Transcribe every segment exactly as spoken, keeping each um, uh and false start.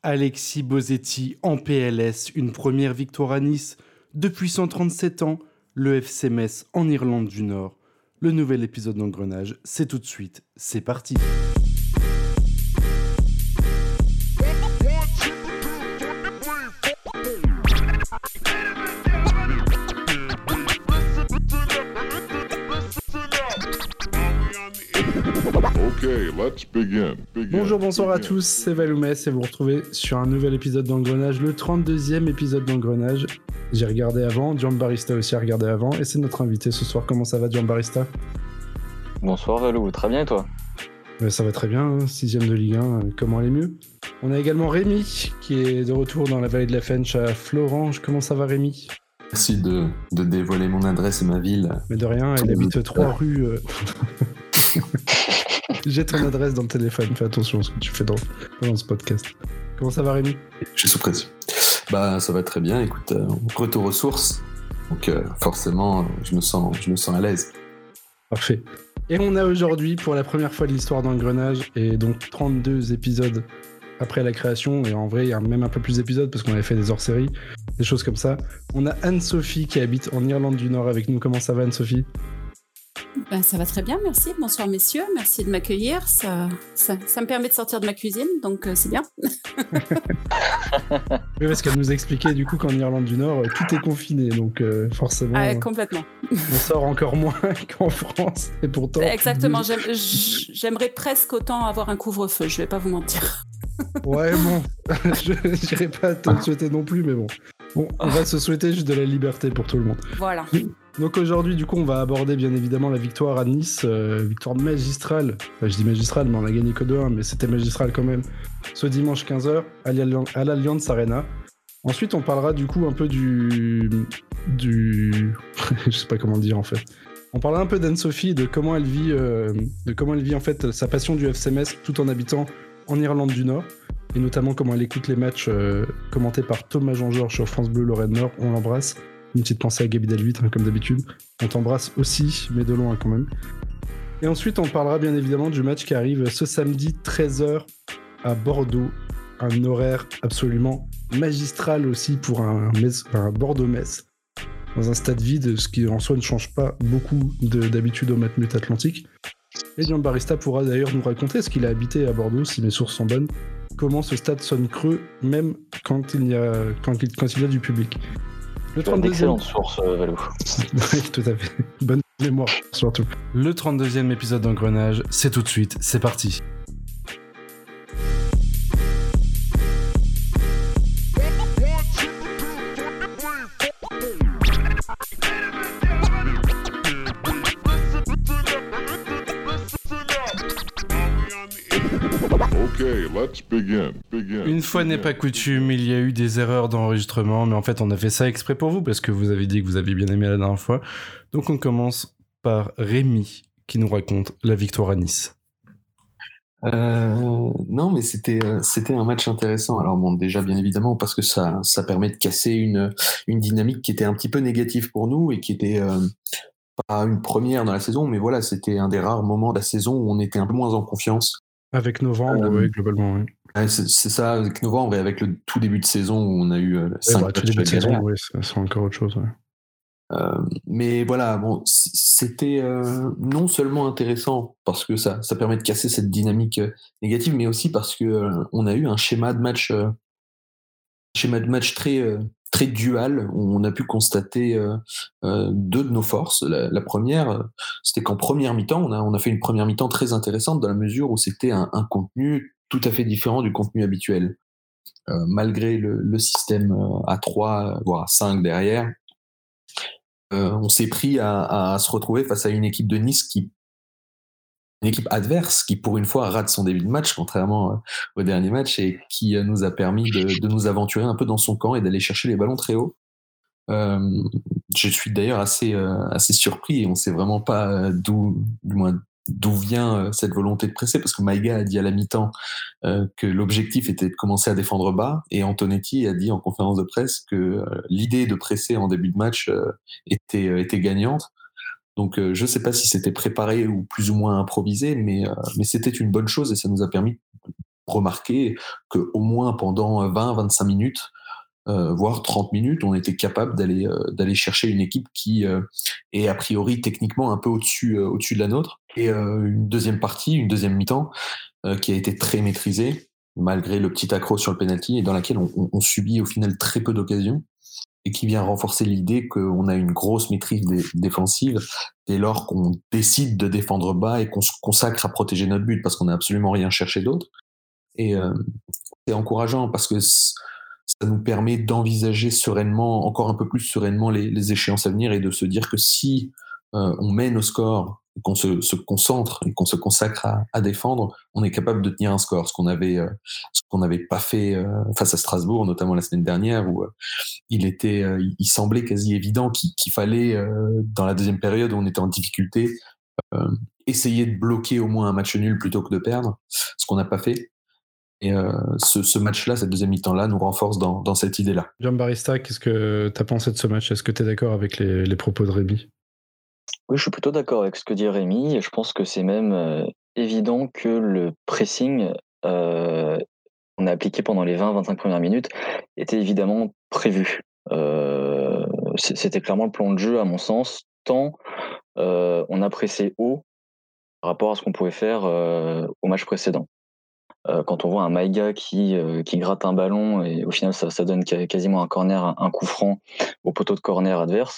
Alexis Bosetti en P L S, une première victoire à Nice depuis cent trente-sept ans, le F C Metz en Irlande du Nord. Le nouvel épisode d'Engrenage, c'est tout de suite, c'est parti. Okay, let's begin. Begin. Bonjour, bonsoir Begin. à tous, c'est Valoumès et vous retrouvez sur un nouvel épisode d'Engrenage, le trente-deuxième épisode d'Engrenage. J'ai regardé avant, Giambarista aussi a regardé avant et c'est notre invité ce soir. Comment ça va, Giambarista ? Bonsoir Valou, très bien et toi ? euh, Ça va très bien, hein, sixième de Ligue un, euh, comment aller mieux ? On a également Rémi qui est de retour dans la vallée de la Fench à Florange. Comment ça va, Rémi ? Merci de, de dévoiler mon adresse et ma ville. Mais de rien, il habite trois rues. Euh... J'ai ton adresse dans le téléphone, fais attention à ce que tu fais dans, dans ce podcast. Comment ça va, Rémi ? Je suis sous pression. Bah, ça va très bien, écoute, euh, retour aux sources. Donc, euh, forcément, je me, sens, je me sens à l'aise. Parfait. Et on a aujourd'hui, pour la première fois de l'histoire d'Engrenage, et donc trente-deux épisodes après la création, et en vrai, il y a même un peu plus d'épisodes parce qu'on avait fait des hors-séries, des choses comme ça. On a Anne-Sophie qui habite en Irlande du Nord avec nous. Comment ça va, Anne-Sophie ? Ben, ça va très bien, merci. Bonsoir messieurs, merci de m'accueillir. Ça, ça, ça me permet de sortir de ma cuisine, donc euh, c'est bien. Oui, parce qu'elle nous expliquait du coup qu'en Irlande du Nord, euh, tout est confiné, donc euh, forcément, Ah, complètement. on sort encore moins qu'en France, et pourtant... Exactement, j'aime, j'aimerais presque autant avoir un couvre-feu, je vais pas vous mentir. Ouais, bon, je n'irai pas te le souhaiter non plus, mais bon. Bon, on va se souhaiter juste de la liberté pour tout le monde. Voilà. Donc aujourd'hui, du coup, on va aborder bien évidemment la victoire à Nice, euh, victoire magistrale. Enfin, je dis magistrale, mais on a gagné que deux un, mais c'était magistral quand même. Ce dimanche quinze heures, à l'Allianz Arena. Ensuite, on parlera du coup un peu du... du... je sais pas comment le dire en fait. On parlera un peu d'Anne-Sophie, de comment elle vit, euh, de comment elle vit en fait sa passion du F C Metz tout en habitant en Irlande du Nord. Et notamment comment elle écoute les matchs euh, commentés par Thomas Jean-Georges sur France Bleu Lorraine Nord. On l'embrasse. Une petite pensée à Gaby Delvit, hein, comme d'habitude. On t'embrasse aussi, mais de loin quand même. Et ensuite, on parlera bien évidemment du match qui arrive ce samedi treize heures à Bordeaux. Un horaire absolument magistral aussi pour un, Metz, un Bordeaux-Metz. Dans un stade vide, ce qui en soi ne change pas beaucoup de, d'habitude au Matmut Atlantique. Et Giambarista pourra d'ailleurs nous raconter, ce qu'il a habité à Bordeaux, si mes sources sont bonnes, comment ce stade sonne creux, même quand il y a, quand il, quand il y a du public. Le trente-deuxième... Excellente source, euh, Valou. Oui, tout à fait. Bonne mémoire, surtout. Le trente-deuxième épisode d'Engrenage, c'est tout de suite, c'est parti. Okay, let's begin. Begin. Une fois n'est pas coutume, il y a eu des erreurs d'enregistrement, mais en fait on a fait ça exprès pour vous, parce que vous avez dit que vous aviez bien aimé la dernière fois. Donc on commence par Rémi, qui nous raconte la victoire à Nice. Euh, non, mais c'était, euh, c'était un match intéressant. Alors bon, déjà, bien évidemment, parce que ça, ça permet de casser une, une dynamique qui était un petit peu négative pour nous et qui était euh, pas une première dans la saison, mais voilà, c'était un des rares moments de la saison où on était un peu moins en confiance. Avec novembre, Euh, oui, globalement, oui. Ouais, c'est, c'est ça, avec novembre et avec le tout début de saison où on a eu euh, Ouais, cinq bah, tout matchs début de saison, galères. oui, c'est, c'est encore autre chose. Ouais. Euh, mais voilà, bon, c- c'était euh, non seulement intéressant parce que ça, ça permet de casser cette dynamique euh, négative, mais aussi parce que euh, on a eu un schéma de match, euh, schéma de match très euh, très dual où on a pu constater euh, euh, deux de nos forces. La, la première, euh, c'était qu'en première mi-temps, on a on a fait une première mi-temps très intéressante dans la mesure où c'était un, un contenu tout à fait différent du contenu habituel. Euh, malgré le, le système euh, à trois voire à cinq derrière. Euh, on s'est pris à, à se retrouver face à une équipe de Nice qui, une équipe adverse qui pour une fois rate son début de match, contrairement euh, au dernier match, et qui euh, nous a permis de, de nous aventurer un peu dans son camp et d'aller chercher les ballons très haut. Euh, je suis d'ailleurs assez euh, assez surpris et on sait vraiment pas euh, d'où, du moins d'où vient euh, cette volonté de presser, parce que Maïga a dit à la mi-temps euh, que l'objectif était de commencer à défendre bas, et Antonetti a dit en conférence de presse que euh, l'idée de presser en début de match euh, était, euh, était gagnante. Donc euh, je sais pas si c'était préparé ou plus ou moins improvisé, mais, euh, mais c'était une bonne chose et ça nous a permis remarqué qu'au moins pendant vingt à vingt-cinq minutes, euh, voire trente minutes, on était capable d'aller, euh, d'aller chercher une équipe qui euh, est a priori techniquement un peu au-dessus, euh, au-dessus de la nôtre. Et euh, une deuxième partie, une deuxième mi-temps, euh, qui a été très maîtrisée, malgré le petit accroc sur le penalty, et dans laquelle on, on, on subit au final très peu d'occasions, et qui vient renforcer l'idée qu'on a une grosse maîtrise dé- défensive dès lors qu'on décide de défendre bas et qu'on se consacre à protéger notre but, parce qu'on n'a absolument rien cherché d'autre. Et euh, c'est encourageant, parce que c- ça nous permet d'envisager sereinement, encore un peu plus sereinement, les, les échéances à venir, et de se dire que si euh, on mène au score, et qu'on se, se concentre et qu'on se consacre à, à défendre, on est capable de tenir un score, ce qu'on avait, euh, ce qu'on n'avait pas fait euh, face à Strasbourg, notamment la semaine dernière, où euh, il était, euh, il semblait quasi évident qu'il, qu'il fallait, euh, dans la deuxième période où on était en difficulté, euh, essayer de bloquer au moins un match nul plutôt que de perdre, ce qu'on n'a pas fait. Et euh, ce, ce match-là, cette deuxième mi-temps-là, nous renforce dans, dans cette idée-là. Jean Barista, qu'est-ce que tu as pensé de ce match? Est-ce que tu es d'accord avec les, les propos de Rémi? Oui, je suis plutôt d'accord avec ce que dit Rémi. Et je pense que c'est même euh, évident que le pressing euh, qu'on a appliqué pendant les vingt à vingt-cinq premières minutes était évidemment prévu. Euh, c'était clairement le plan de jeu, à mon sens, tant euh, on a pressé haut par rapport à ce qu'on pouvait faire euh, au match précédent. Euh, quand on voit un Maïga qui, euh, qui gratte un ballon et au final ça, ça donne quasiment un corner, un, un coup franc au poteau de corner adverse,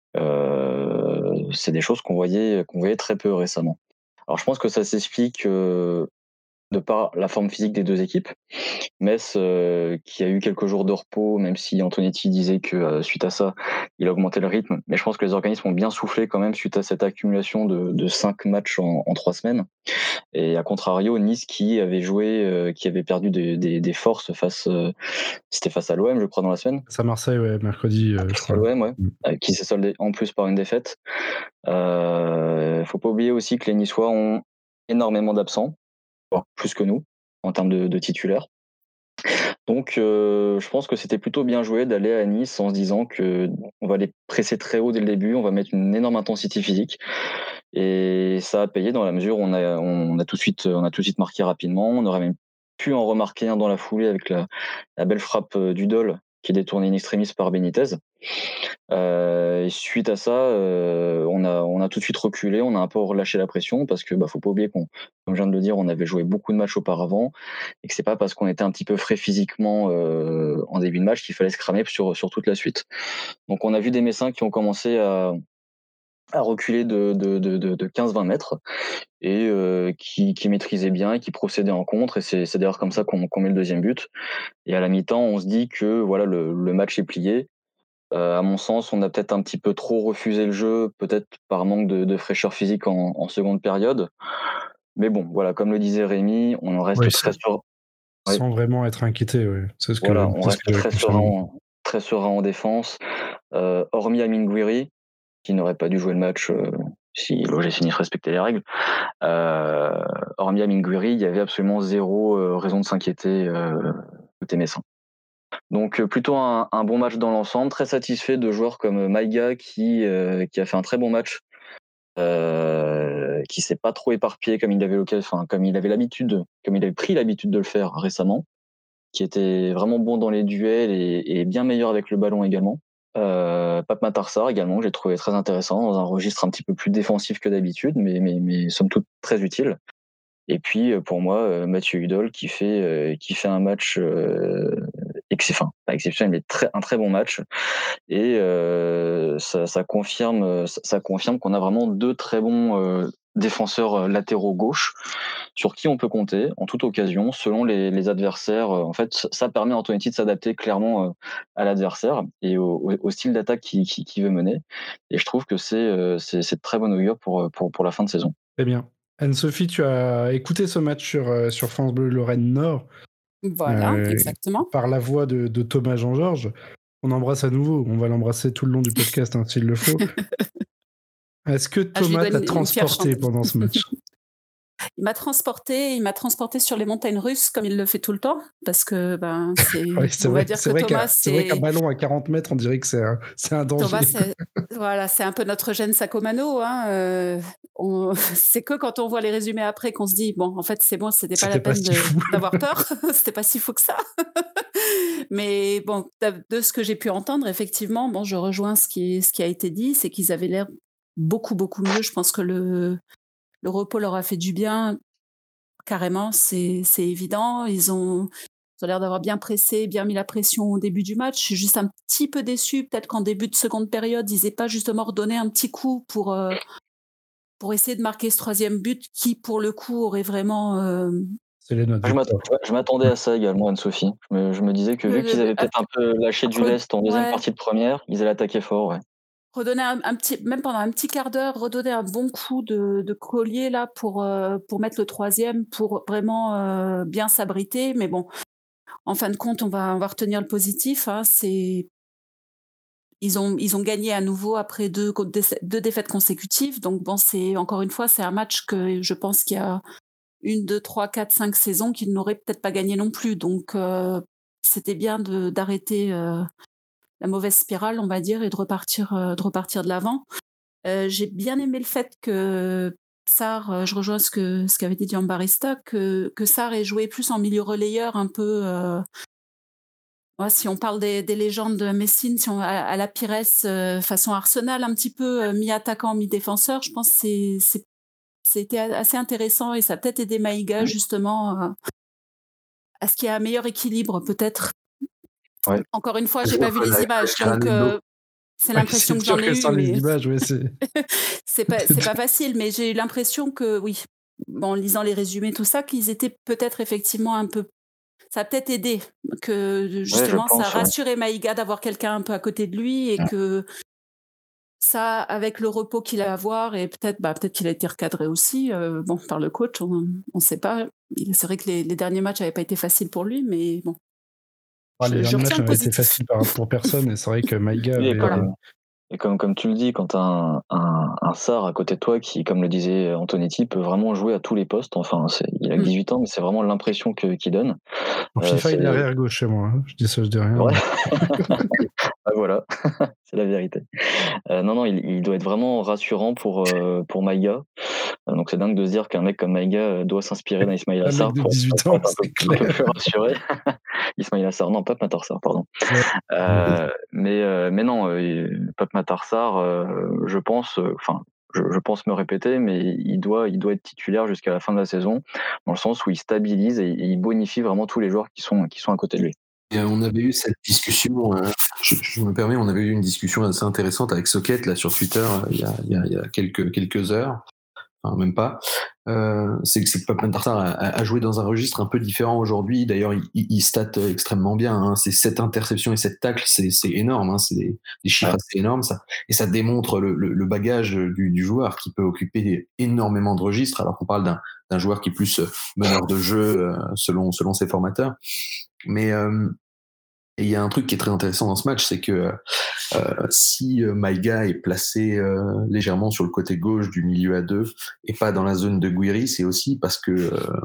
euh, c'est des choses qu'on voyait, qu'on voyait très peu récemment. Alors je pense que ça s'explique euh, de par la forme physique des deux équipes. Metz, euh, qui a eu quelques jours de repos, même si Antonetti disait que euh, suite à ça, il a augmenté le rythme. Mais je pense que les organismes ont bien soufflé quand même suite à cette accumulation de, de cinq matchs en, en trois semaines. Et à contrario, Nice qui avait joué, euh, qui avait perdu des, des, des forces face, euh, c'était face à l'O M, je crois, dans la semaine. C'est à Marseille, ouais, mercredi, euh, je Face à crois. l'O M, ouais, Mm. euh, qui s'est soldé en plus par une défaite. Euh, faut pas oublier aussi que les Niçois ont énormément d'absents, voire plus que nous, en termes de, de titulaires. Donc, euh, je pense que c'était plutôt bien joué d'aller à Nice en se disant que on va les presser très haut dès le début, on va mettre une énorme intensité physique, et ça a payé dans la mesure où on a, on a tout de suite, on a tout de suite marqué rapidement. On aurait même pu en remarquer un dans la foulée avec la, la belle frappe du Dol qui est détournée in extremis par Benitez. Euh, et suite à ça, euh, on a, on a tout de suite reculé, on a un peu relâché la pression parce que, bah, faut pas oublier qu'on, comme je viens de le dire, on avait joué beaucoup de matchs auparavant et que c'est pas parce qu'on était un petit peu frais physiquement euh, en début de match qu'il fallait se cramer sur, sur toute la suite. Donc, on a vu des Messins qui ont commencé à, à reculer de, de, de, de quinze à vingt mètres et euh, qui, qui maîtrisaient bien et qui procédaient en contre. Et c'est, c'est d'ailleurs comme ça qu'on, qu'on met le deuxième but. Et à la mi-temps, on se dit que voilà, le, le match est plié. Euh, à mon sens, on a peut-être un petit peu trop refusé le jeu, peut-être par manque de, de fraîcheur physique en, en seconde période. Mais bon, voilà, comme le disait Rémi, on en reste Oui, très sur. sans Ouais. vraiment être inquiété, ouais. C'est ce que, Voilà, on c'est ce reste que très confirme. serein, très serein en défense. Euh, hormis Amine Gouiri, qui n'aurait pas dû jouer le match euh, si l'O G C Nice respectait les règles. Euh, hormis Amine Gouiri, il y avait absolument zéro euh, raison de s'inquiéter euh, côté messin. Donc euh, plutôt un, un bon match dans l'ensemble, très satisfait de joueurs comme Maïga qui, euh, qui a fait un très bon match, euh, qui s'est pas trop éparpillé comme il avait l'occasion, enfin comme il avait l'habitude, comme il avait pris l'habitude de le faire récemment, qui était vraiment bon dans les duels et, et bien meilleur avec le ballon également. Euh, Pape Matar Sarr également, que j'ai trouvé très intéressant dans un registre un petit peu plus défensif que d'habitude, mais, mais, mais somme toute très utile. Et puis pour moi, Mathieu Hudol qui fait euh, qui fait un match euh, ex- enfin, pas exceptionnel, mais très, un très bon match. Et euh, ça, ça confirme ça, ça confirme qu'on a vraiment deux très bons euh, défenseurs latéraux gauche sur qui on peut compter en toute occasion selon les, les adversaires. En fait, ça permet à Antonetti de s'adapter clairement à l'adversaire et au, au style d'attaque qu'il qui, qui veut mener. Et je trouve que c'est c'est, c'est de très bonne augure pour, pour, pour la fin de saison. Très bien. Anne-Sophie, tu as écouté ce match sur, euh, sur France Bleu Lorraine Nord. Voilà, euh, exactement. Par la voix de, de Thomas Jean-Georges. On embrasse à nouveau. On va l'embrasser tout le long du podcast, hein, s'il le faut. Est-ce que Ah, je lui Thomas donne t'a une fière transporté chandelle. pendant ce match? Il m'a transporté, il m'a transporté sur les montagnes russes comme il le fait tout le temps, parce que ben c'est, Ouais, c'est on vrai, va dire c'est que vrai Thomas qu'un, c'est vrai qu'un c'est ballon à quarante mètres, on dirait que c'est un, c'est un danger. Thomas, c'est, voilà, c'est un peu notre gène Sacomano. Hein. Euh, on... c'est que quand on voit les résumés après qu'on se dit bon, en fait, c'est bon, c'était pas C'était la pas peine si de... fou. d'avoir peur, c'était pas si fou que ça. Mais bon, de ce que j'ai pu entendre, effectivement, bon, je rejoins ce qui, ce qui a été dit, c'est qu'ils avaient l'air beaucoup, beaucoup mieux. Je pense que le, le repos leur a fait du bien, carrément, c'est, c'est évident. Ils ont, ils ont l'air d'avoir bien pressé, bien mis la pression au début du match. Je suis juste un petit peu déçue, peut-être qu'en début de seconde période, ils n'aient pas justement redonné un petit coup pour, euh, pour essayer de marquer ce troisième but qui, pour le coup, aurait vraiment... Euh, C'est les notes. Je m'attendais, je m'attendais à ça également, Anne-Sophie. Je me, je me disais que vu qu'ils avaient peut-être un peu lâché du lest en deuxième ouais. partie de première, ils allaient attaquer fort, ouais. Redonner un, un petit, même pendant un petit quart d'heure, redonner un bon coup de, de collier là pour, euh, pour mettre le troisième, pour vraiment euh, bien s'abriter. Mais bon, en fin de compte, on va, on va retenir le positif. Hein, c'est... Ils ont, ils ont gagné à nouveau après deux, deux défaites consécutives. Donc bon, c'est, encore une fois, c'est un match que je pense qu'il y a une, deux, trois, quatre, cinq saisons qu'ils n'auraient peut-être pas gagné non plus. Donc euh, c'était bien de, d'arrêter... Euh, la mauvaise spirale, on va dire, et de repartir, euh, de repartir de l'avant. Euh, j'ai bien aimé le fait que Sarr, euh, je rejoins ce que ce qu'avait dit Giambattista, que que Sarr ait joué plus en milieu relayeur, un peu. Euh, ouais, si on parle des, des légendes de Messine, si on, à, à la Pires, euh, façon Arsenal, un petit peu euh, mi-attaquant, mi-défenseur, je pense que c'est, c'est, c'était assez intéressant et ça a peut-être aidé Maïga justement euh, à ce qu'il y ait un meilleur équilibre, peut-être. Ouais. Encore une fois, j'ai pas vu les images, donc euh, c'est l'impression ouais, que j'en ai eu. Sans mais... les images, ouais, c'est... c'est pas, c'est pas facile, mais j'ai eu l'impression que oui, en lisant les résumés, tout ça, qu'ils étaient peut-être effectivement un peu. Ça a peut-être aidé, que justement, ouais, pense, ça a rassuré ouais. Maïga d'avoir quelqu'un un peu à côté de lui et ouais. que ça, avec le repos qu'il a à avoir, et peut-être, bah, peut-être qu'il a été recadré aussi, euh, bon, par le coach, on ne sait pas. C'est vrai que les, les derniers matchs n'avaient pas été faciles pour lui, mais bon. Ah, les derniers matchs n'avaient été faciles pour personne, et c'est vrai que Maïga avait... Voilà. Et comme, comme tu le dis, quand tu as un, un, un Sarr à côté de toi qui, comme le disait Antonetti, peut vraiment jouer à tous les postes. Enfin, c'est, il a que dix-huit ans, mais c'est vraiment l'impression que, qu'il donne. En FIFA, euh, il est arrière gauche chez moi. Hein. Je dis ça, je dis rien. Ouais. Ah, voilà, c'est la vérité. Euh, non, non, il, il doit être vraiment rassurant pour, euh, pour Maïga. Euh, donc c'est dingue de se dire qu'un mec comme Maïga doit s'inspirer d'un Ismaïla un Sarr mec de pour dix-huit ans, être un peu, un peu plus rassuré. Ismaïla Sarr, non, Pape Matar Sarr, pardon. Ouais. Euh, mais, euh, mais non, euh, Pape Matar Sarr, euh, je pense, enfin, euh, je, je pense me répéter, mais il doit, il doit être titulaire jusqu'à la fin de la saison, dans le sens où il stabilise et, et il bonifie vraiment tous les joueurs qui sont, qui sont à côté de lui. Et on avait eu cette discussion, euh, je, je me permets, on avait eu une discussion assez intéressante avec Socket là sur Twitter euh, il, y a, il, y a, il y a quelques, quelques heures, enfin même pas. Euh, c'est que, c'est que Pape Matar Sarr a, a joué dans un registre un peu différent aujourd'hui. D'ailleurs, il, il, il stat extrêmement bien. Hein. C'est sept interceptions et sept tacles, c'est, c'est énorme. Hein. C'est des, des chiffres ouais. assez énormes, ça. Et ça démontre le, le, le bagage du, du joueur qui peut occuper énormément de registres, alors qu'on parle d'un, d'un joueur qui est plus meneur de jeu euh, selon, selon ses formateurs. Mais euh, il y a un truc qui est très intéressant dans ce match, c'est que euh, si euh, Maïga est placé euh, légèrement sur le côté gauche du milieu à deux et pas dans la zone de Guiri, c'est aussi parce que euh,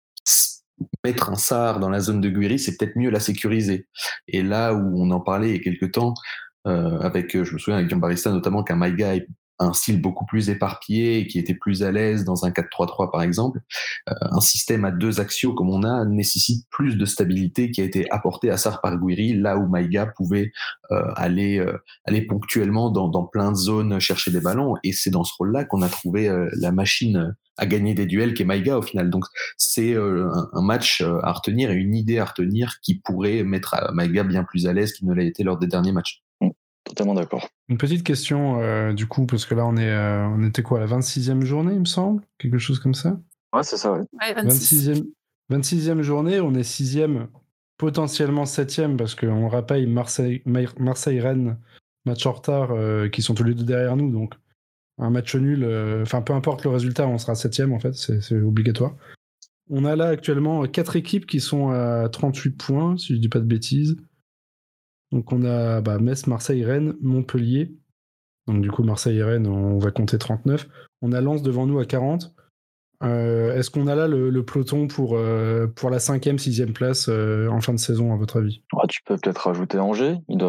mettre un Sarr dans la zone de Guiri, c'est peut-être mieux la sécuriser. Et là où on en parlait il y a quelques temps, euh, avec, je me souviens avec Giambattista notamment, qu'un Maïga est un style beaucoup plus éparpillé et qui était plus à l'aise dans un quatre trois trois par exemple, euh, un système à deux axiaux comme on a nécessite plus de stabilité qui a été apportée à Sarr par Guiri, là où Maïga pouvait euh, aller, euh, aller ponctuellement dans, dans plein de zones chercher des ballons, et c'est dans ce rôle-là qu'on a trouvé euh, la machine à gagner des duels qu'est Maïga au final. Donc c'est euh, un, un match à retenir et une idée à retenir qui pourrait mettre Maïga bien plus à l'aise qu'il ne l'a été lors des derniers matchs. Totalement d'accord. Une petite question, euh, du coup, parce que là, on, est, euh, on était quoi, à la vingt-sixième journée, il me semble? Quelque chose comme ça? Ouais, c'est ça, ouais. Ouais, vingt-six. vingt-sixième journée, on est sixième, potentiellement septième, parce qu'on rappelle Marseille, Marseille-Rennes, match en retard, euh, qui sont tous les deux derrière nous, donc un match nul, enfin, euh, peu importe le résultat, on sera septième, en fait, c'est, c'est obligatoire. On a là actuellement quatre équipes qui sont à trente-huit points, si je dis pas de bêtises. Donc on a bah, Metz, Marseille, Rennes, Montpellier. Donc du coup Marseille et Rennes, on va compter trente-neuf. On a Lens devant nous à quarante. Euh, est-ce qu'on a là le, le peloton pour, euh, pour la cinquième, sixième place euh, en fin de saison, à votre avis? Ah, tu peux peut-être rajouter Angers. Ils doivent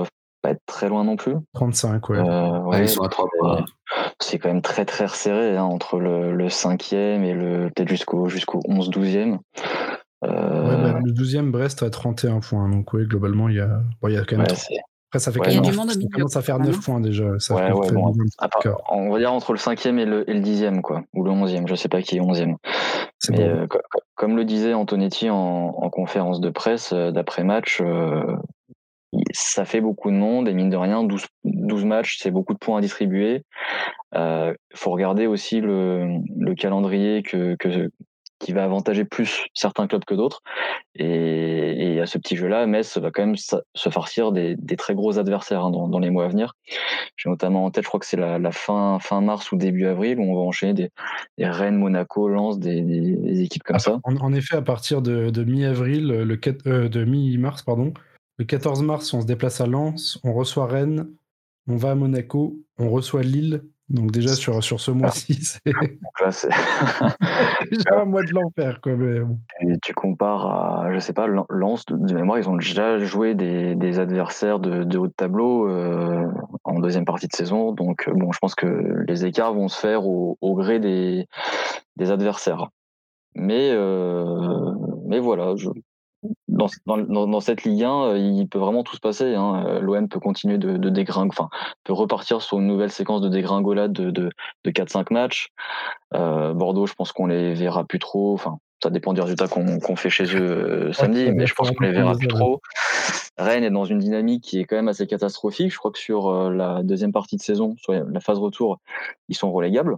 pas être très loin non plus. trente-cinq, ouais. Euh, Ouais, ouais, ils sont à trois points. c'est quand même très très resserré hein, entre le, le cinquième et le peut-être jusqu'au jusqu'au onze douzième. Euh, Ouais, bah, le douzième, Brest a trente et un points. Donc, oui, globalement, il y a, bon, il y a quand même. ouais, trop- c'est... Après, ça fait Ouais, quand Il y a même. non. du monde au Ça milieu. commence à faire quand neuf même. points déjà. Ça Ouais, fait ouais, fait bon, beaucoup à part- d'écart. on va dire entre le cinquième et le, et le dixième, quoi, ou le onzième, je sais pas qui est onzième. C'est Mais bon. euh, co- co- comme le disait Antonetti en, en conférence de presse euh, d'après-match, euh, il- ça fait beaucoup de monde et mine de rien, douze, douze matchs, c'est beaucoup de points à distribuer. Il euh, faut regarder aussi le, le calendrier que, que, qui va avantager plus certains clubs que d'autres. Et, et à ce petit jeu-là, Metz va quand même se farcir des, des très gros adversaires hein, dans, dans les mois à venir. J'ai notamment en tête, je crois que c'est la, la fin, fin mars ou début avril, où on va enchaîner des, des Rennes, Monaco, Lens, des, des, des équipes comme Ah, ça. En, en effet, à partir de, de mi-avril, le quatre- euh, de mi-mars, pardon, le quatorze mars, on se déplace à Lens, on reçoit Rennes, on va à Monaco, on reçoit Lille. Donc déjà sur, sur ce mois-ci, c'est Donc là, c'est... déjà un mois de l'enfer, quoi. Mais bon. Et tu compares à, je sais pas, Lens, de, de mémoire, ils ont déjà joué des, des adversaires de, de haut de tableau euh, en deuxième partie de saison. Donc, bon, je pense que les écarts vont se faire au, au gré des, des adversaires. Mais, euh, mais voilà, je, dans, dans, dans cette Ligue un, il peut vraiment tout se passer. Hein. L'O M peut continuer de, de dégringoler, enfin, peut repartir sur une nouvelle séquence de dégringolade de, de, de quatre cinq matchs. Euh, Bordeaux, je pense qu'on les verra plus trop. Enfin, ça dépend du résultat qu'on qu'on fait chez eux euh, samedi, mais je pense qu'on les verra plus trop. Rennes est dans une dynamique qui est quand même assez catastrophique. Je crois que sur euh, la deuxième partie de saison, sur la phase retour, ils sont relégables.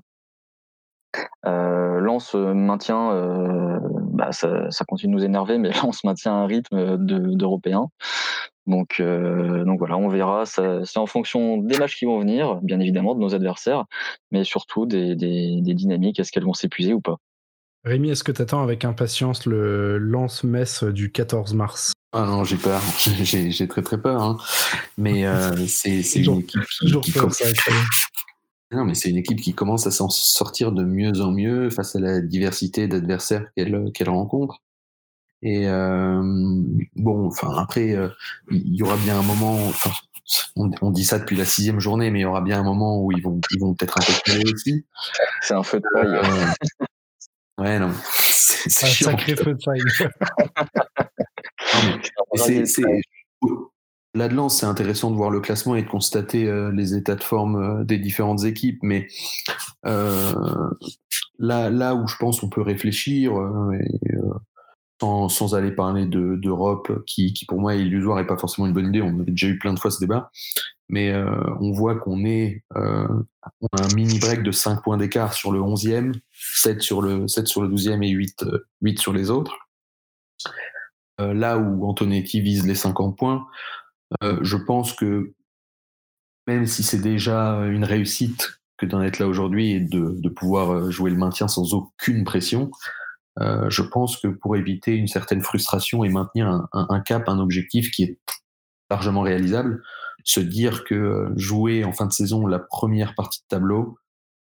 Euh, Lens maintient, euh, bah ça, ça continue de nous énerver, mais Lens maintient un rythme de, d'européen. Donc, euh, donc voilà, on verra. Ça, c'est en fonction des matchs qui vont venir, bien évidemment, de nos adversaires, mais surtout des, des, des dynamiques. Est-ce qu'elles vont s'épuiser ou pas? Rémi, est-ce que tu attends avec impatience le Lens-Metz du quatorze mars? Ah non, j'ai peur. J'ai, j'ai très très peur. Hein. Mais euh, c'est, c'est Toujours- une équipe qui, toujours qui peur, com- ça, quand même. Non, mais c'est une équipe qui commence à s'en sortir de mieux en mieux face à la diversité d'adversaires qu'elle, qu'elle rencontre. Et euh, bon, enfin après, euh, il y aura bien un moment. Enfin, on, on dit ça depuis la sixième journée, mais il y aura bien un moment où ils vont, ils vont peut-être un peu caler aussi. C'est un feu de paille. Euh, ouais, non, c'est, c'est Un chiant. sacré feu de paille. Non, mais c'est, c'est, là de Lens, c'est intéressant de voir le classement et de constater euh, les états de forme euh, des différentes équipes, mais euh, là, là où je pense on peut réfléchir, euh, et, euh, sans, sans aller parler de, d'Europe, qui, qui pour moi est illusoire et pas forcément une bonne idée, on avait déjà eu plein de fois ce débat, mais euh, on voit qu'on est euh, on a un mini break de cinq points d'écart sur le onzième, sept sur le, sept sur le douzième et huit, euh, huit sur les autres. Euh, là où Antonetti vise les cinquante points, euh, je pense que même si c'est déjà une réussite que d'en être là aujourd'hui et de, de pouvoir jouer le maintien sans aucune pression, euh, je pense que pour éviter une certaine frustration et maintenir un, un, un cap, un objectif qui est largement réalisable, se dire que jouer en fin de saison la première partie de tableau,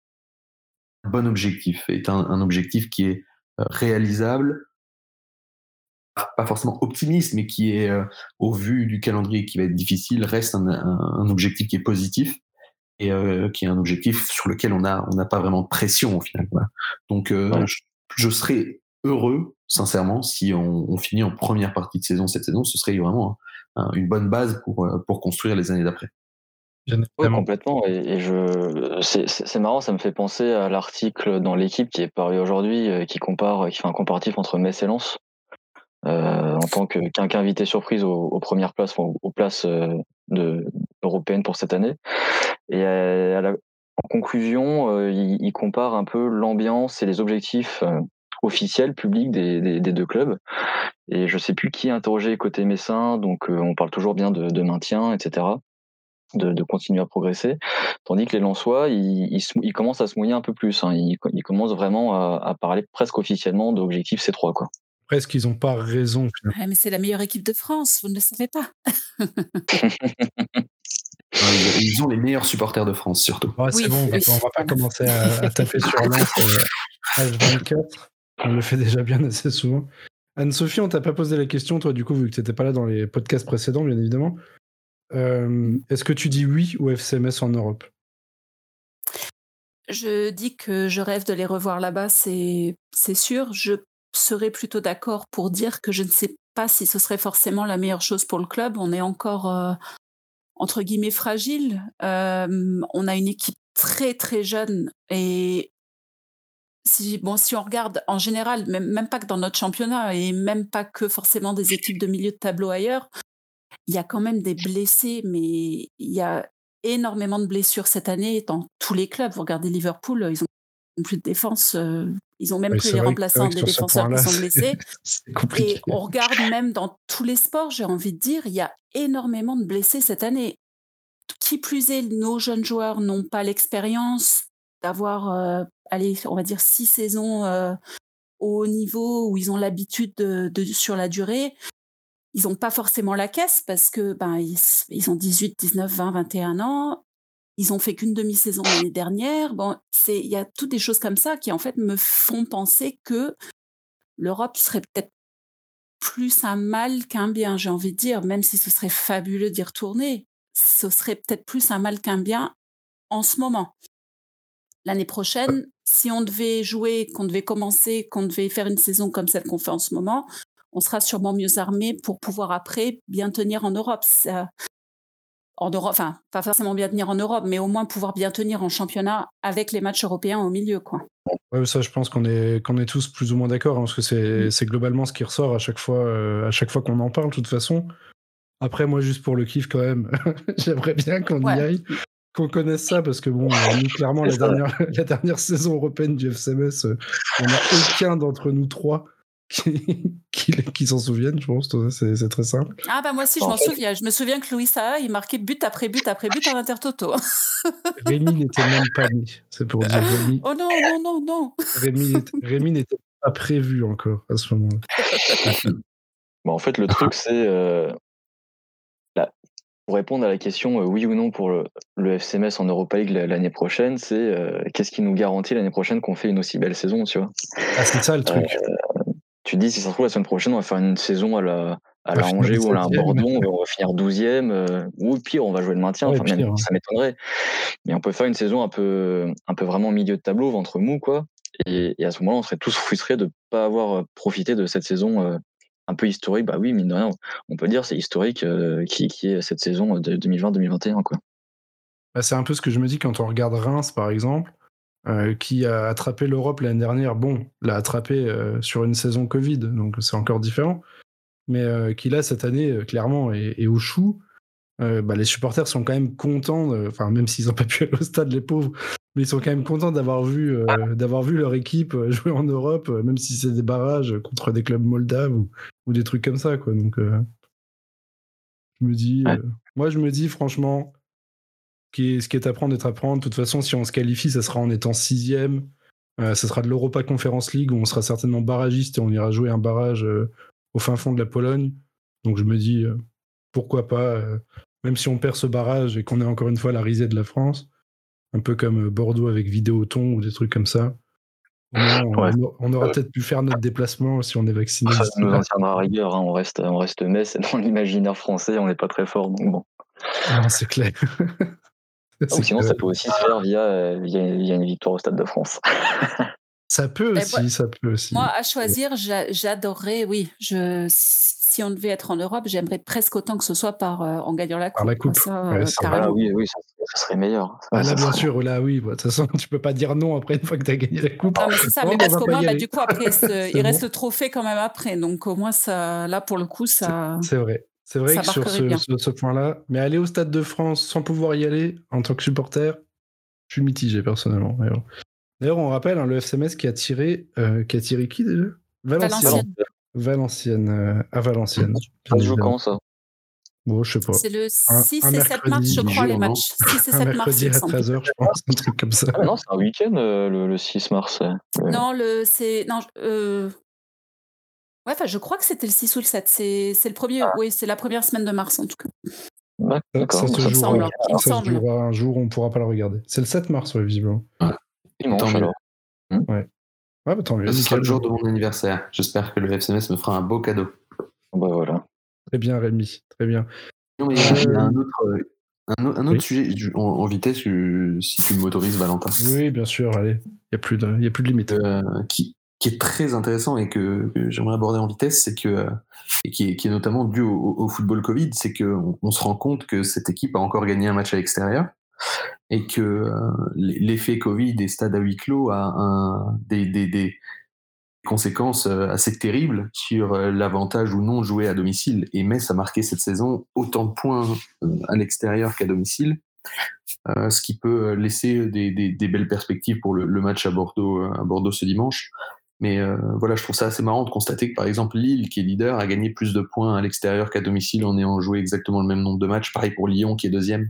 un bon objectif, est un, un objectif qui est réalisable, pas forcément optimiste, mais qui est, euh, au vu du calendrier qui va être difficile, reste un, un, un objectif qui est positif et euh, qui est un objectif sur lequel on n'a on n'a pas vraiment de pression au final. Voilà. Donc, euh, ouais. je, je serais heureux, sincèrement, si on, on finit en première partie de saison cette saison, ce serait vraiment un, une bonne base pour, pour construire les années d'après. Oui, complètement. Et, et je, c'est, c'est marrant, ça me fait penser à l'article dans l'Équipe qui est paru aujourd'hui, qui compare, qui fait un comparatif entre Metz et Lens. Euh, en tant que, qu'un qu'invité surprise aux, aux premières places, aux, aux places euh, de, européennes pour cette année. Et à, à la, en conclusion, euh, il, il compare un peu l'ambiance et les objectifs euh, officiels, publics des, des, des deux clubs. Et je sais plus qui est interrogé côté messin, donc euh, on parle toujours bien de, de maintien, et cetera. De, de continuer à progresser, tandis que les Lensois, ils, ils, ils commencent à se mouiller un peu plus. Hein. Ils, ils commencent vraiment à, à parler presque officiellement d'objectif C trois, quoi. Presque, ils n'ont pas raison. Ouais, mais c'est la meilleure équipe de France, vous ne le savez pas. Ils ont les meilleurs supporters de France, surtout. Ouais, c'est oui, bon, oui. On ne va pas commencer à, à taper sur Lens euh, H vingt-quatre. On le fait déjà bien assez souvent. Anne-Sophie, on t'a pas posé la question, toi, du coup, vu que tu n'étais pas là dans les podcasts précédents, bien évidemment. euh, est-ce que tu dis oui au F C M S en Europe? Je dis que je rêve de les revoir là-bas, c'est, c'est sûr. Je serais plutôt d'accord pour dire que je ne sais pas si ce serait forcément la meilleure chose pour le club. On est encore, euh, entre guillemets, fragile. Euh, on a une équipe très, très jeune. Et si, bon, si on regarde en général, même, même pas que dans notre championnat, et même pas que forcément des équipes de milieu de tableau ailleurs, il y a quand même des blessés, mais il y a énormément de blessures cette année dans tous les clubs. Vous regardez Liverpool, ils ont plus de défense, euh, ils ont même Oui, plus c'est les vrai, c'est remplaçants vrai que des sur ce défenseurs qui point-là, sont c'est, blessés. c'est compliqué. Et on regarde même dans tous les sports, j'ai envie de dire, il y a énormément de blessés cette année. Qui plus est, nos jeunes joueurs n'ont pas l'expérience d'avoir, euh, allez, on va dire six saisons euh, au haut niveau où ils ont l'habitude de, de- sur la durée. Ils n'ont pas forcément la caisse parce que ben ils, ils ont dix-huit, dix-neuf, vingt, vingt et un ans. Ils ont fait qu'une demi-saison l'année dernière. Bon, c'est il y a toutes des choses comme ça qui en fait me font penser que l'Europe serait peut-être plus un mal qu'un bien, j'ai envie de dire, même si ce serait fabuleux d'y retourner, ce serait peut-être plus un mal qu'un bien en ce moment. L'année prochaine, si on devait jouer, qu'on devait commencer, qu'on devait faire une saison comme celle qu'on fait en ce moment, on sera sûrement mieux armé pour pouvoir après bien tenir en Europe. Ça, en Europe, enfin, pas forcément bien tenir en Europe, mais au moins pouvoir bien tenir en championnat avec les matchs européens au milieu, quoi. Ouais, ça, je pense qu'on est, qu'on est tous plus ou moins d'accord, hein, parce que c'est, Mm. c'est globalement ce qui ressort à chaque fois, euh, à chaque fois qu'on en parle, de toute façon. Après, moi, juste pour le kiff, quand même, j'aimerais bien qu'on y Ouais. aille, qu'on connaisse ça, parce que bon, euh, nous, clairement, la C'est ça. dernière, la dernière saison européenne du F C M S, euh, il n'y en a aucun d'entre nous trois qui, qui, qui s'en souviennent, je pense. C'est, c'est très simple. Ah bah moi aussi, je En m'en fait- souviens. Je me souviens que Louis Saha, il marquait but après but après but en intertoto. Rémi n'était même pas né, c'est pour dire. Rémi, Oh non, non, non, non. Rémi, n'était- Rémi n'était pas prévu encore à ce moment-là. Bah, en fait, le truc, c'est euh, là, pour répondre à la question euh, oui ou non pour le, le F C M S en Europa League la- l'année prochaine, c'est euh, qu'est-ce qui nous garantit l'année prochaine qu'on fait une aussi belle saison, tu vois. Ah, c'est ça le truc. Tu te dis, si ça se trouve, la semaine prochaine, on va faire une saison à la, à On la va finir Angers ou à la dix-septième. Bordeaux, on va, on va finir douzième, euh, ou pire, on va jouer le maintien, Ouais, enfin, même pire, hein. ça m'étonnerait. Mais on peut faire une saison un peu, un peu vraiment milieu de tableau, ventre mou, quoi. Et, et à ce moment-là, on serait tous frustrés de ne pas avoir profité de cette saison euh, un peu historique. Bah oui, mine de rien, on peut dire c'est historique euh, qui, qui est cette saison de deux mille vingt deux mille vingt et un, quoi. Bah, c'est un peu ce que je me dis quand on regarde Reims, par exemple, euh, qui a attrapé l'Europe l'année dernière. Bon, l'a attrapé euh, sur une saison Covid, donc c'est encore différent. Mais euh, qui là, cette année, euh, clairement, est, est au chou. Euh, bah, les supporters sont quand même contents, enfin, même s'ils n'ont pas pu aller au stade, les pauvres, mais ils sont quand même contents d'avoir vu, euh, d'avoir vu leur équipe jouer en Europe, euh, même si c'est des barrages contre des clubs moldaves ou, ou des trucs comme ça, quoi. Donc, euh, je me dis, Ouais. euh, moi, je me dis, franchement, qui est, ce qui est à prendre est à prendre. De toute façon, si on se qualifie, ça sera en étant sixième. Euh, ça sera de l'Europa Conference League où on sera certainement barragiste et on ira jouer un barrage euh, au fin fond de la Pologne. Donc je me dis, euh, pourquoi pas, euh, même si on perd ce barrage et qu'on est encore une fois la risée de la France, un peu comme euh, Bordeaux avec Vidéoton ou des trucs comme ça. Au moins, on, Ouais. on, on aura peut-être pu faire notre déplacement si on est vacciné. Ça d'ici nous là. en tiendra à rigueur, hein. on reste, on reste Metz, et dans l'imaginaire français, on n'est pas très fort, donc bon. Non, c'est clair. C'est Ou sinon, clair. ça peut aussi se faire via, euh, via, via une victoire au Stade de France. Ça peut Mais aussi, moi- ça peut aussi. Moi, à choisir, j'a- j'adorerais, oui, je, si on devait être en Europe, j'aimerais presque autant que ce soit par, euh, en gagnant la Par coupe. la quoi, coupe. ça, Ouais, euh, c'est carrément. Ah oui, oui, ça, ça serait meilleur. Ça, Ah là, ça bien serait- sûr, là, oui. bah, De toute façon, tu peux pas dire non après une fois que tu as gagné la coupe. Non, mais c'est ça, Non, mais bah, on parce va qu'au pas y moins, bah, aller. du coup, après, ce- C'est il reste bon. le trophée quand même après. Donc, au moins, ça, là, pour le coup, ça. C'est vrai. C'est vrai Ça que sur marquerait ce, bien. ce, ce point-là, mais aller au Stade de France sans pouvoir y aller en tant que supporter, je suis mitigé personnellement. D'ailleurs, D'ailleurs, on rappelle hein, le F C M S qui a tiré, euh, qui a tiré qui déjà Valenciennes. Valenciennes. Valenciennes, euh, à Valenciennes. Ça se joue évidemment. quand, ça? Bon, je sais pas. C'est le Un- six un et sept mars, mercredi, je crois, les jour, matchs. six et Un sept mars, mercredi il me à semble. treize heures, je pense, un truc comme ça. Ah, mais non, c'est un week-end, euh, le, le six mars. euh. Non, le, c'est. Non, euh, ouais, enfin, je crois que c'était le six ou le sept. C'est, c'est le premier. Oui, c'est la première semaine de mars, en tout cas. Ouais, Ça, d'accord. ça donc se ça Il me jouera, semble. Il me ça se semble. jouera un jour où on pourra pas le regarder. C'est le sept mars, ouais, visiblement. dimanche, Tant mieux. alors. Ouais, bah tant mieux. Ce sera nickel. le jour de mon anniversaire. J'espère que le F C M S me fera un beau cadeau. Bah voilà. Très bien, Rémi. Très bien. Non, mais il y a, il y a Euh, un autre, euh, un, au- un autre Oui. sujet je- en, en vitesse, euh, si tu m'autorises, Valentin, Oui, bien sûr, allez. Il n'y a, plus de- y a plus de limite. euh, qui, qui est très intéressant et que, que j'aimerais aborder en vitesse, c'est que, euh, et qui est, qui est notamment dû au, au football Covid, c'est qu'on on se rend compte que cette équipe a encore gagné un match à l'extérieur et que euh, l'effet Covid et stade à huis clos a un, des, des, des conséquences euh, assez terribles sur euh, l'avantage ou non de jouer à domicile. Et Metz a marqué cette saison autant de points euh, à l'extérieur qu'à domicile. Euh, ce qui peut laisser des, des, des belles perspectives pour le, le match à Bordeaux, à Bordeaux ce dimanche. Mais euh, voilà, je trouve ça assez marrant de constater que par exemple Lille, qui est leader, a gagné plus de points à l'extérieur qu'à domicile en ayant joué exactement le même nombre de matchs. Pareil pour Lyon, qui est deuxième.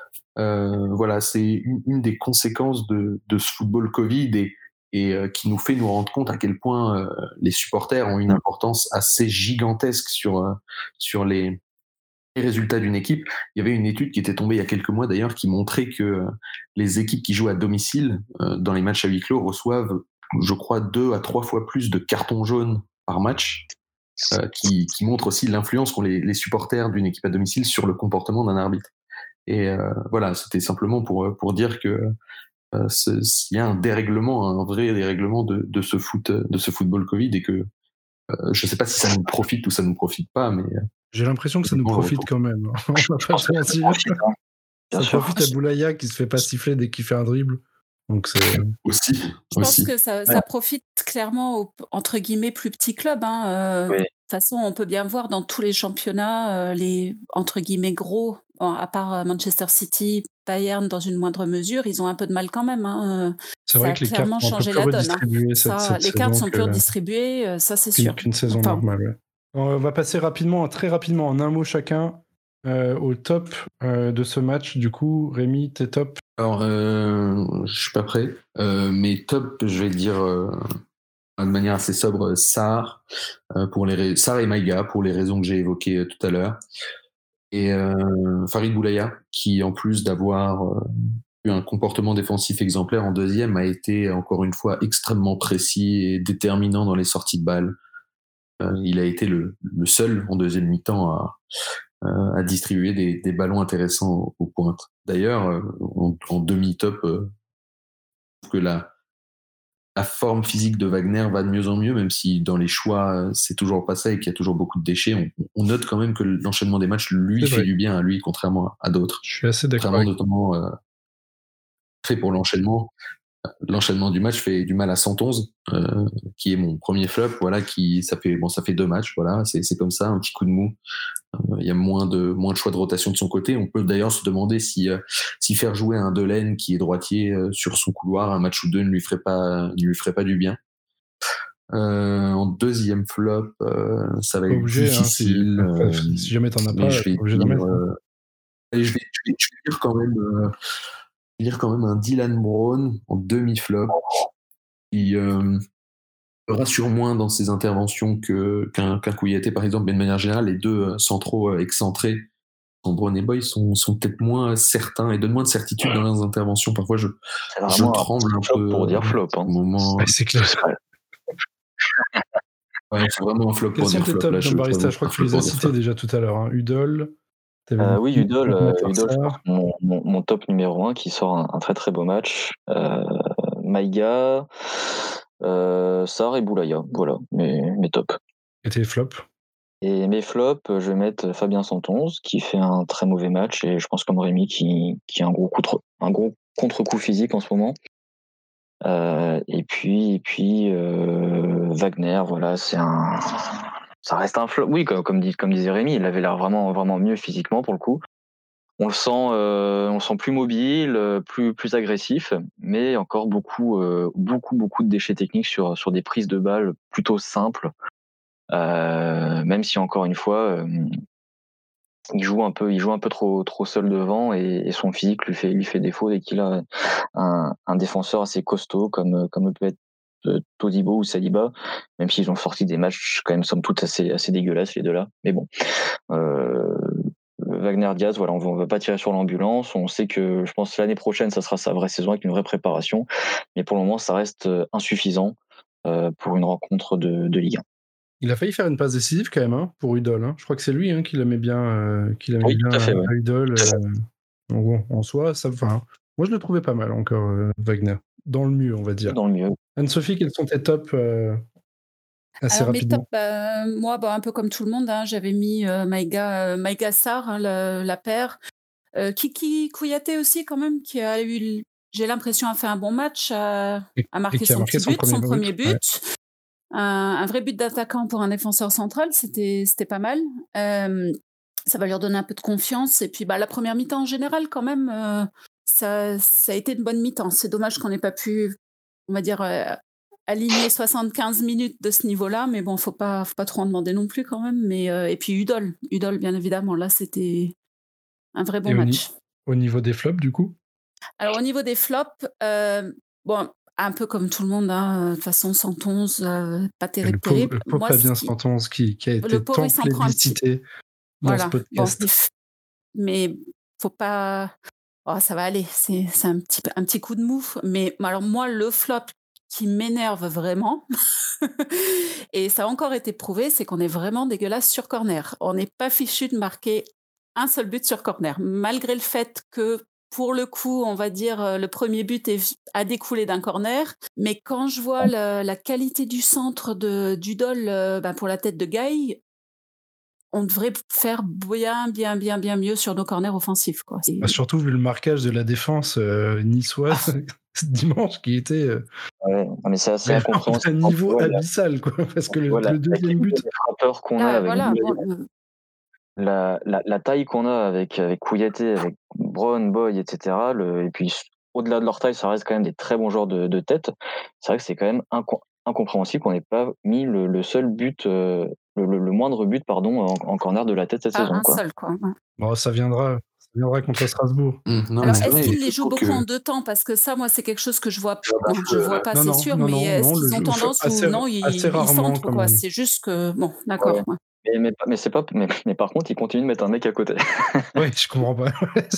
Euh, voilà, c'est une, une des conséquences de, de ce football Covid et, et euh, qui nous fait nous rendre compte à quel point euh, les supporters ont une importance assez gigantesque sur, euh, sur les, les résultats d'une équipe. Il y avait une étude qui était tombée il y a quelques mois d'ailleurs qui montrait que euh, les équipes qui jouent à domicile euh, dans les matchs à huis clos reçoivent, je crois, deux à trois fois plus de cartons jaunes par match, euh, qui, qui montre aussi l'influence qu'ont les, les supporters d'une équipe à domicile sur le comportement d'un arbitre. Et euh, voilà, c'était simplement pour, pour dire que euh, il y a un dérèglement, un vrai dérèglement de, de, ce, foot, de ce football Covid et que euh, je ne sais pas si ça nous profite ou ça ne nous profite pas, mais J'ai l'impression que ça nous on le profite retrouve. quand même. On va pas pense se que ça mentir. profite, hein. Bien Ça sûr. profite à Boulaya qui se fait pas siffler dès qu'il fait un dribble. Donc c'est. Aussi, Je pense aussi. que ça, Ouais. ça profite clairement aux, entre guillemets, plus petits clubs. Hein. Euh, Oui. De toute façon, on peut bien voir dans tous les championnats, euh, les entre guillemets gros, bon, à part euh, Manchester City, Bayern dans une moindre mesure, ils ont un peu de mal quand même. Hein. C'est Ça vrai a que les cartes clairement sont un peu changé plus la donne. Hein. redistribuées cette, Ça, cette les cartes saison sont que- plus redistribuées, euh, ça c'est qu'une, sûr. qu'une saison Enfin, normale. Ouais. On va passer rapidement, très rapidement, en un mot chacun, euh, au top euh, de ce match. Du coup, Rémi, t'es top. Alors, euh, je suis pas prêt, euh, mais top, je vais dire euh, de manière assez sobre, Sarr, euh, pour les rais- Sarr et Maïga, pour les raisons que j'ai évoquées euh, tout à l'heure. Et euh, Farid Boulaya, qui en plus d'avoir euh, eu un comportement défensif exemplaire en deuxième, a été encore une fois extrêmement précis et déterminant dans les sorties de balles. Euh, il a été le, le seul en deuxième mi-temps à, euh, à distribuer des, des ballons intéressants aux, aux pointes. D'ailleurs, euh, en, en demi-top, euh, je trouve que la, la forme physique de Wagner va de mieux en mieux, même si dans les choix, euh, c'est toujours pas ça et qu'il y a toujours beaucoup de déchets. On, on note quand même que l'enchaînement des matchs, lui, C'est fait vrai. du bien à lui, contrairement à, à d'autres. Je suis assez d'accord. Contrairement Avec... notamment euh, fait pour l'enchaînement. L'enchaînement du match fait du mal à cent onze, euh, qui est mon premier flop. Voilà, qui ça fait bon, ça fait deux matchs. Voilà, c'est c'est comme ça, un petit coup de mou. Il y a moins de, moins de choix de rotation de son côté. On peut d'ailleurs se demander si, euh, si faire jouer un Delaine qui est droitier euh, sur son couloir, un match ou deux ne lui ferait pas, ne lui ferait pas du bien. Euh, en deuxième flop, euh, ça va Pas être obligé, hein, si, difficile. enfin, euh, si jamais t'en as mais pas, je t'es vais pas obligé d'en dire, mettre. Hein. euh, allez, je vais, je vais, je vais dire quand même, euh, je vais dire quand même un Dylan Brown en demi-flop qui euh, rassure moins dans ses interventions que, qu'un, qu'un Kouyaté par exemple, mais de manière générale, les deux euh, centraux euh, excentrés, Brown et Boy, sont, sont peut-être moins certains et donnent moins de certitude dans leurs interventions. Parfois, je, C'est je vraiment tremble un un flop peu pour dire euh, flop. Hein. au moment. Ouais, c'est clair. Ouais, c'est vraiment un flop Quels pour sont dire tes flop. tops, Là, je, Jean-Barista? j'avoue, Je crois un que tu flop les as pour dire cités flop. déjà tout à l'heure. Hein. Udol. Euh, oui, Udol, euh, Udol, je pense ça. que mon, mon, mon top numéro un qui sort un, un très très beau match. Euh, Maïga, euh, Sarr et Boulaya. Voilà, mes, mes tops. Et tes flops? Et mes flops, je vais mettre Fabien Santonze qui fait un très mauvais match et je pense comme Rémi qui, qui a un gros, contre, un gros contre-coup physique en ce moment. Euh, et puis, et puis euh, Wagner, voilà, c'est un, ça reste un flop. Oui, comme, comme, dit, comme disait Rémi, il avait l'air vraiment, vraiment mieux physiquement pour le coup. On le sent, euh, on le sent plus mobile, plus, plus agressif, mais encore beaucoup, euh, beaucoup, beaucoup de déchets techniques sur, sur des prises de balles plutôt simples. Euh, même si encore une fois, euh, il joue un peu, il joue un peu trop, trop seul devant et, et son physique lui fait, lui fait défaut dès qu'il a un, un défenseur assez costaud comme, comme peut être euh, Todibo ou Saliba, même s'ils ont sorti des matchs quand même somme toute assez, assez dégueulasses les deux là. Mais bon, euh, Wagner Diaz, voilà, on ne va pas tirer sur l'ambulance. On sait que, je pense, l'année prochaine, ça sera sa vraie saison avec une vraie préparation. Mais pour le moment, ça reste insuffisant euh, pour une rencontre de, de Ligue un. Il a failli faire une passe décisive quand même hein, pour Udol. Hein. Je crois que c'est lui hein, qui la met bien, euh, qui la met Oui, bien tout à fait, à, ouais. à Udol. Tout à fait. euh, donc bon, en soi, ça, enfin, moi je le trouvais pas mal encore, euh, Wagner. Dans le mieux, on va dire. Dans le mieux. Anne-Sophie, quels sont tes tops euh, assez Alors mes tops, rapidement bah, moi, bah, un peu comme tout le monde, hein, j'avais mis euh, Maïga, euh, Maïga Sarr, hein, la, la paire. Euh, Kiki Kouyaté aussi, quand même, qui a eu, l- j'ai l'impression, a fait un bon match, a, et, a et marqué qui a son marqué petit son but, premier son but. premier Ouais. but. Un, un vrai but d'attaquant pour un défenseur central, c'était c'était pas mal. Euh, ça va lui redonner un peu de confiance. Et puis bah, la première mi-temps en général, quand même, euh, ça, ça a été une bonne mi-temps. C'est dommage qu'on n'ait pas pu, on va dire, euh, aligner soixante-quinze minutes de ce niveau-là, mais bon, faut pas, faut pas trop en demander non plus quand même. Mais, euh, et puis Udol, Udol, bien évidemment, là, c'était un vrai bon Et au, ni- match. au niveau des flops, du coup Alors au niveau des flops, euh, bon, un peu comme tout le monde, hein, de toute façon, cent onze, euh, pas Et terrible, le pauvre, terrible. le pauvre Moi, ce Fabien qui, Santonze qui, qui a le été pauvre, il tant s'en prend un petit. plébiscité dans ce Voilà. Bon, podcast. mais faut pas. Oh, ça va aller. C'est c'est un petit, un petit coup de mou. Mais alors, moi, le flop qui m'énerve vraiment, et ça a encore été prouvé, c'est qu'on est vraiment dégueulasse sur corner. On n'est pas fichu de marquer un seul but sur corner, malgré le fait que. Pour le coup, on va dire, euh, le premier but est, a découlé d'un corner. Mais quand je vois la, la qualité du centre de, du Dol euh, ben, pour la tête de Gaï, on devrait faire bien, bien, bien, bien mieux sur nos corners offensifs. Quoi. C'est- Bah, surtout vu le marquage de la défense euh, niçoise ce dimanche qui était euh, Ouais, non, mais c'est assez mais incompréhensible d'un quand tu niveau vois la, abyssal, quoi. Parce quand que tu le, vois la, le la deuxième qualité but, des frappeurs qu'on a Là, avec voilà. Boulaye, bon, euh, la, la, la taille qu'on a avec, avec Kouyaté, avec Brown, Boy, et cetera. Le, et puis au-delà de leur taille, ça reste quand même des très bons joueurs de, de tête. C'est vrai que c'est quand même inco- incompréhensible qu'on n'ait pas mis le, le seul but, euh, le, le, le moindre but pardon, en, en corner de la tête cette pas saison. un Quoi. seul. Quoi. Ouais. bon, ça viendra, ça viendra contre Strasbourg. Hum, non, mais Alors, c'est est-ce vrai, qu'ils je les jouent trouve beaucoup que en deux temps? Parce que ça, moi, c'est quelque chose que je vois. sur la Bon, je base, vois pas, Non, c'est non, sûr, non, mais non, est-ce non, le qu'ils ont jeu tendance assez, ou non, ils, assez ils rarement centrent, quand quoi. même. C'est juste que. Bon, d'accord. Ouais. Ouais. Mais, mais, mais c'est pas, mais, mais par contre, ils continuent de mettre un mec à côté. Ouais, je comprends pas.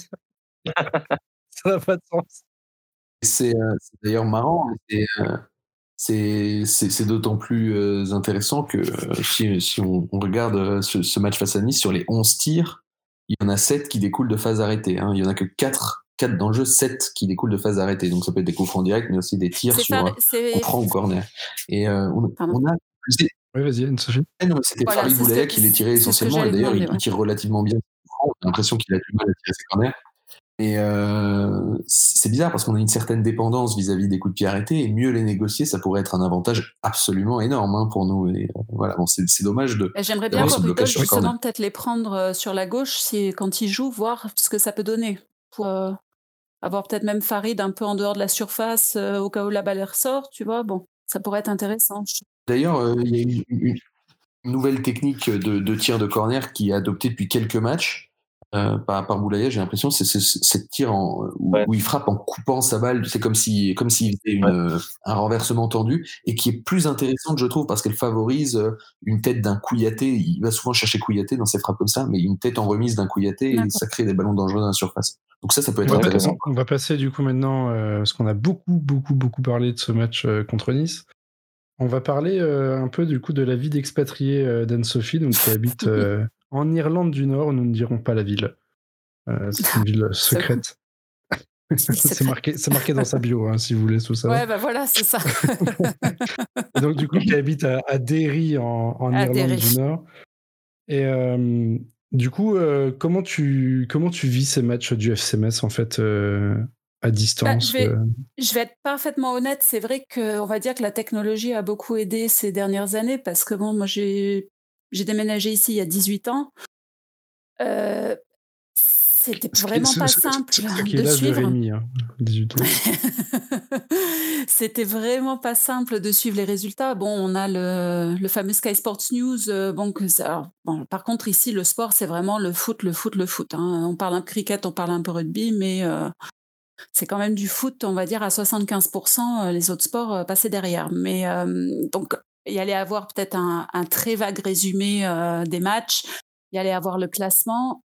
Ça n'a pas de sens. c'est euh, c'est d'ailleurs marrant. et, euh, C'est c'est- c'est d'autant plus euh, intéressant que euh, si, si on, on regarde euh, ce, ce match face à Nice, sur les onze tirs, il y en a sept qui découlent de phases arrêtées. Hein. Il y en a que quatre, quatre dans le jeu, sept qui découlent de phases arrêtées. Donc ça peut être des coups francs directs, mais aussi des tirs C'est sur fa- euh, c'est- coup franc ou corner. Et euh, on, Pardon. on a... c'est- Oui, vas-y, Anne-Sophie. eh non, mais c'était Voilà, Farid c'est ce Boulaya que, qui les tirait c'est ce que essentiellement, et j'allais d'ailleurs demander. il, Ouais. il tire relativement bien. On a l'impression qu'il a du mal à tirer ses corners. Et euh, c'est bizarre parce qu'on a une certaine dépendance vis-à-vis des coups de pied arrêtés, et mieux les négocier, ça pourrait être un avantage absolument énorme hein, pour nous. Et euh, voilà, bon, c'est c'est dommage de Et j'aimerais bien d'avoir ce voir blocage Udol, sur le corner. justement, peut-être les prendre euh, sur la gauche si, quand il joue, voir ce que ça peut donner. Pour euh, avoir peut-être même Farid un peu en dehors de la surface, euh, au cas où la balle ressort, tu vois. Bon, ça pourrait être intéressant. Je- D'ailleurs, euh, il y a une, une- une nouvelle technique de, de tir de corner qui est adoptée depuis quelques matchs euh, par, par Boulaya, j'ai l'impression, c'est ce, ce, cette tir en, où, Ouais. où il frappe en coupant sa balle, c'est comme si comme s'il faisait une, Ouais. euh, un renversement tendu, et qui est plus intéressante, je trouve, parce qu'elle favorise euh, une tête d'un Kouyaté. Il va souvent chercher Kouyaté dans ses frappes comme ça, mais une tête en remise d'un Kouyaté, et D'accord. ça crée des ballons dangereux dans la surface. Donc ça, ça peut On être va, pa- intéressant. on va passer du coup maintenant, euh, parce qu'on a beaucoup, beaucoup, beaucoup parlé de ce match euh, contre Nice. On va parler euh, un peu du coup de la vie d'expatrié euh, d'Anne-Sophie, donc qui habite euh, en Irlande du Nord. Nous ne dirons pas la ville. Euh, c'est une ville secrète. C'est c'est secret. marqué, c'est marqué dans sa bio, hein, si vous voulez tout savoir. Ouais, bah voilà, c'est ça. Et donc du coup, qui habite à, à Derry en, en À Irlande Derry. du Nord. Et euh, du coup, euh, comment tu comment tu vis ces matchs du F C Metz en fait euh, à Bah, distance je, vais, euh, je vais être parfaitement honnête, c'est vrai qu'on va dire que la technologie a beaucoup aidé ces dernières années parce que bon, moi j'ai j'ai déménagé ici il y a dix-huit ans. Euh, C'était ce qui- vraiment ce- pas ce- simple ce- ce qui est de l'âge de suivre. Rémi, hein, dix-huit ans. C'était vraiment pas simple de suivre les résultats. Bon, on a le, le fameux Sky Sports News. euh, bon, que ça, alors, bon, par contre, ici, le sport, c'est vraiment le foot, le foot, le foot. Hein. On parle un peu cricket, on parle un peu rugby, mais euh, c'est quand même du foot, on va dire, à soixante-quinze pour cent. euh, Les autres sports euh, passaient derrière. Mais euh, donc, il y allait avoir peut-être un, un très vague résumé euh, des matchs. Il y allait avoir le classement.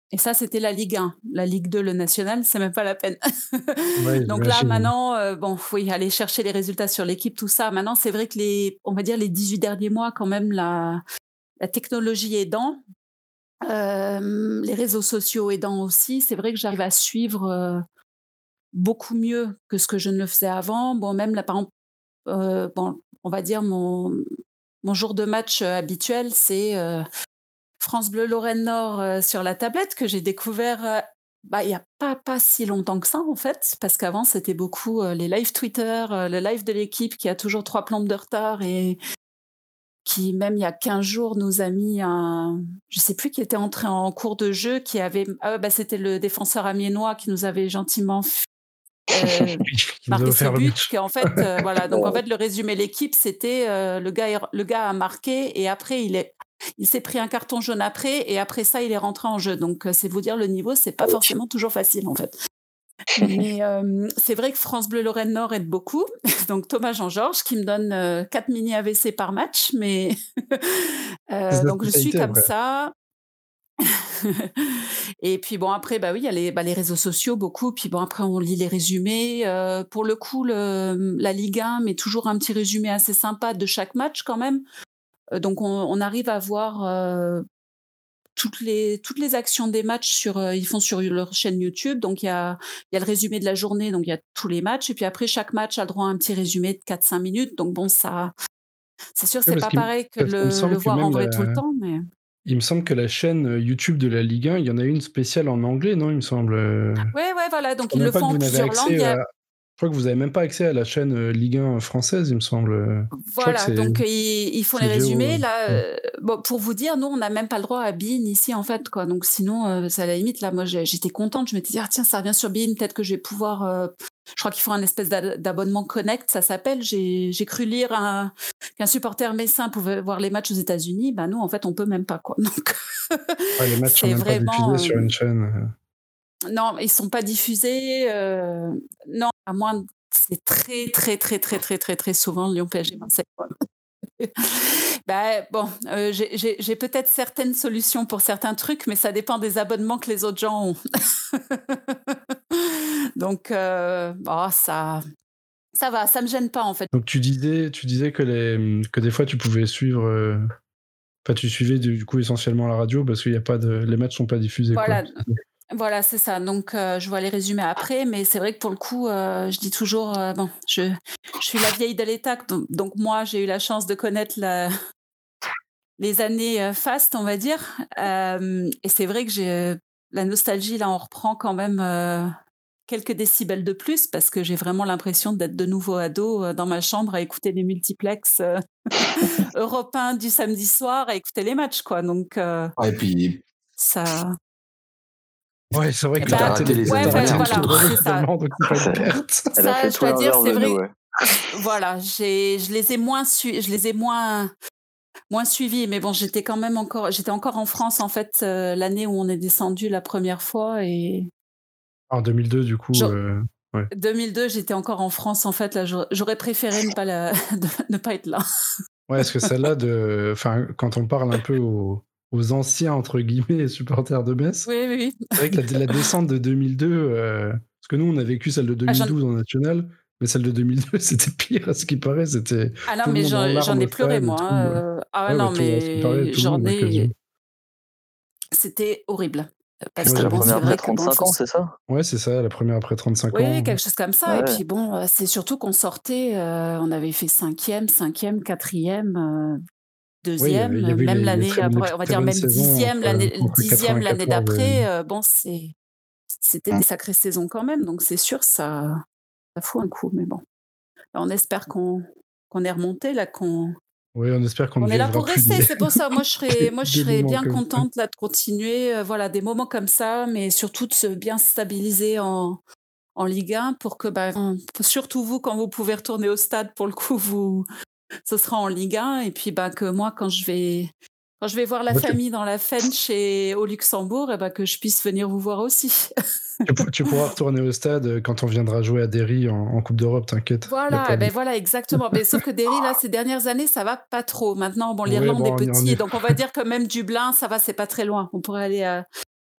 Et ça, c'était la Ligue un. La Ligue deux, le national, c'est même pas la peine. Ouais, Donc là, j'imagine. maintenant, euh, bon, oui, aller chercher les résultats sur l'équipe, tout ça. Maintenant, c'est vrai que les, on va dire les dix-huit derniers mois, quand même, la, la technologie aidant, euh, les réseaux sociaux aidant aussi, c'est vrai que j'arrive à suivre euh, beaucoup mieux que ce que je ne le faisais avant. Bon, même là, par exemple, euh, bon, on va dire mon, mon jour de match euh, habituel, c'est euh, France Bleu Lorraine Nord euh, sur la tablette que j'ai découvert euh, bah, il n'y a pas, pas si longtemps que ça, en fait, parce qu'avant, c'était beaucoup euh, les lives Twitter, euh, le live de l'équipe qui a toujours trois plombes de retard et qui, même il y a quinze jours, nous a mis un. Je ne sais plus qui était entré en cours de jeu, qui avait. Ah, bah, c'était le défenseur amiénois qui nous avait gentiment euh, Qui nous a marqué ce offert le but. match. Qu'en fait, euh, voilà. Donc, en fait, le résumé de l'équipe, c'était euh, le, gars, est- le gars a marqué et après, il est. Il s'est pris un carton jaune après et après ça, il est rentré en jeu. Donc, euh, c'est vous dire le niveau, c'est pas forcément toujours facile en fait. Mais euh, c'est vrai que France Bleu Lorraine Nord aide beaucoup. Donc Thomas Jean-Georges qui me donne euh, quatre mini A V C par match. Mais euh, C'est sa donc je suis spécialité comme après. ça. Et puis bon, après, bah oui, il y a les, bah, les réseaux sociaux beaucoup. Puis bon, après, on lit les résumés. Euh, pour le coup, le, la Ligue un met toujours un petit résumé assez sympa de chaque match quand même. Euh, donc on, on arrive à voir euh, toutes les, toutes les actions des matchs sur, euh, ils font sur leur chaîne YouTube. Donc, il y a, il y a le résumé de la journée, donc il y a tous les matchs. Et puis après, chaque match a le droit à un petit résumé de quatre cinq minutes. Donc, bon, ça, c'est sûr, Ouais, c'est parce pas qu'il me pareil que parce qu'il me le, le semble que voir en même vrai tout le la temps. Mais il me semble que la chaîne euh, YouTube de la Ligue un, il y en a une spéciale en anglais, non, il me semble, heu? ouais, ouais, voilà. Je Donc, crois ils même le pas font que en vous n'avez plusieurs langues. Il accès y a, à je crois que vous avez même pas accès à la chaîne, heu, Ligue un française, il me semble, heu. Je crois que Voilà, c'est donc ils, ils font les c'est Géo, résumés. heu, Là, ouais. euh, bon, pour vous dire, nous, on n'a même pas le droit à Bein ici, en fait, quoi. Donc sinon, euh, c'est à la limite. Là, moi, j'ai- j'étais contente. Je m'étais dit, ah tiens, ça revient sur Bein. Peut-être que je vais pouvoir. euh, Je crois qu'ils font un espèce d'ad- d'abonnement Connect, ça s'appelle. J'ai j'ai cru lire un- qu'un supporter messin pouvait voir les matchs aux États-Unis. Ben nous, en fait, on peut même pas, quoi. Donc Ouais, les matchs sont c'est même pas vraiment. diffusés sur euh, une chaîne, heu. Non, ils sont pas diffusés. euh, Non, à moins. de- C'est très, très, très, très, très, très, très souvent Lyon P S G Marseille. Bah, bon, euh, j'ai j'ai- j'ai peut-être certaines solutions pour certains trucs, mais ça dépend des abonnements que les autres gens ont. Donc, euh, oh, ça, ça va, ça me gêne pas en fait. Donc tu disais tu disais que les, mmh, que des fois tu pouvais suivre, heu enfin tu suivais du coup essentiellement la radio parce qu'il y a pas de les matchs sont pas diffusés, quoi, Voilà, c'est ça? voilà, c'est ça. Donc, euh, je vois les résumés après, mais c'est vrai que pour le coup, euh, je dis toujours, euh, bon, je, je suis la vieille de l'État, donc, donc moi, j'ai eu la chance de connaître la, les années euh, fastes, on va dire. Euh, et c'est vrai que j'ai euh, la nostalgie, là, on reprend quand même euh, quelques décibels de plus parce que j'ai vraiment l'impression d'être de nouveau ado euh, dans ma chambre à écouter les multiplex euh, européens du samedi soir, à écouter les matchs, quoi. Donc, euh, Ouais, et puis, ça. Ouais, c'est vrai Eh que puis tu t'as ben, arrêté raté les les ouais, années tu ouais, arrêté les modernes, voilà, coups de surtout. relais c'est ça. finalement, donc c'est pas une Ça- perte. Elle a Ça, fait je tout dois dire, l'inverse c'est de nous, vrai. ouais. Voilà, j'ai, je les ai moins su, je les ai moins, moins suivis. Mais bon, j'étais quand même encore, j'étais encore en France en fait euh, l'année où on est descendu la première fois et En deux mille deux du coup, je- heu, ouais. deux mille deux, j'étais encore en France en fait. Là, j'aurais j'aurais préféré ne pas la, de- ne pas être là. Ouais, parce que celle-là de enfin, quand on parle un peu aux aux «anciens» entre guillemets supporters de Metz, Oui, oui, oui. c'est vrai que la la descente de deux mille deux, heu, parce que nous on a vécu celle de Ah, j'en, deux mille douze en national, mais celle de deux mille deux c'était pire à ce qui paraît, c'était ah non, tout le mais monde en j'en, larmes j'en au ai pleuré stade et moi. tout, hein, heu. euh. Ah Ouais, bah, non, tout à ce qui paraît, mais tout le j'en monde, hein, quasiment. ai, c'était horrible parce C'était que la bon, première c'est après vrai que bon, trente-cinq faut. ans, c'est ça? Ouais, c'est ça, la première après trente-cinq Oui, ans. quelque chose comme ça. Et Ouais. puis bon, euh, c'est surtout qu'on sortait, euh, on avait fait cinquième, cinquième, quatrième, euh, Oui, il y avait il deuxième, y euh, avait même les les l'année très les après, on va très dire bonnes même saisons dixième, entre l'année, entre dixième l'année quatre-vingt-quatorze et d'après. euh, bon, c'est, c'était Mm. des sacrées saisons quand même, donc c'est sûr, ça, ça fout un coup. Mais bon, on espère qu'on, qu'on est remonté là, qu'on, oui, on espère qu'on ne on est là vivra pour plus rester. des C'est pour ça, moi je serais, moi je des serais moments bien comme ça. contente là de continuer, euh, voilà, des moments comme ça, mais surtout de se bien stabiliser en en Ligue un pour que, bah, surtout vous, quand vous pouvez retourner au stade, pour le coup, vous, ce sera en Ligue un. Et puis, bah, que moi, quand je vais, quand je vais voir la Bah, tu famille dans la Fench et au Luxembourg, et bah, que je puisse venir vous voir aussi. tu pou tu pourras retourner au stade, heu, quand on viendra jouer à Derry en en coupe d'Europe, t'inquiète. Il y a Voilà, pas et de ben voilà, exactement. Mais sauf que Derry, là, ces dernières années, ça va pas trop. Maintenant, bon, ouais, l'Irlande est bon, on est on petit, est donc on va dire que même Dublin, ça va, c'est pas très loin. On pourrait aller à,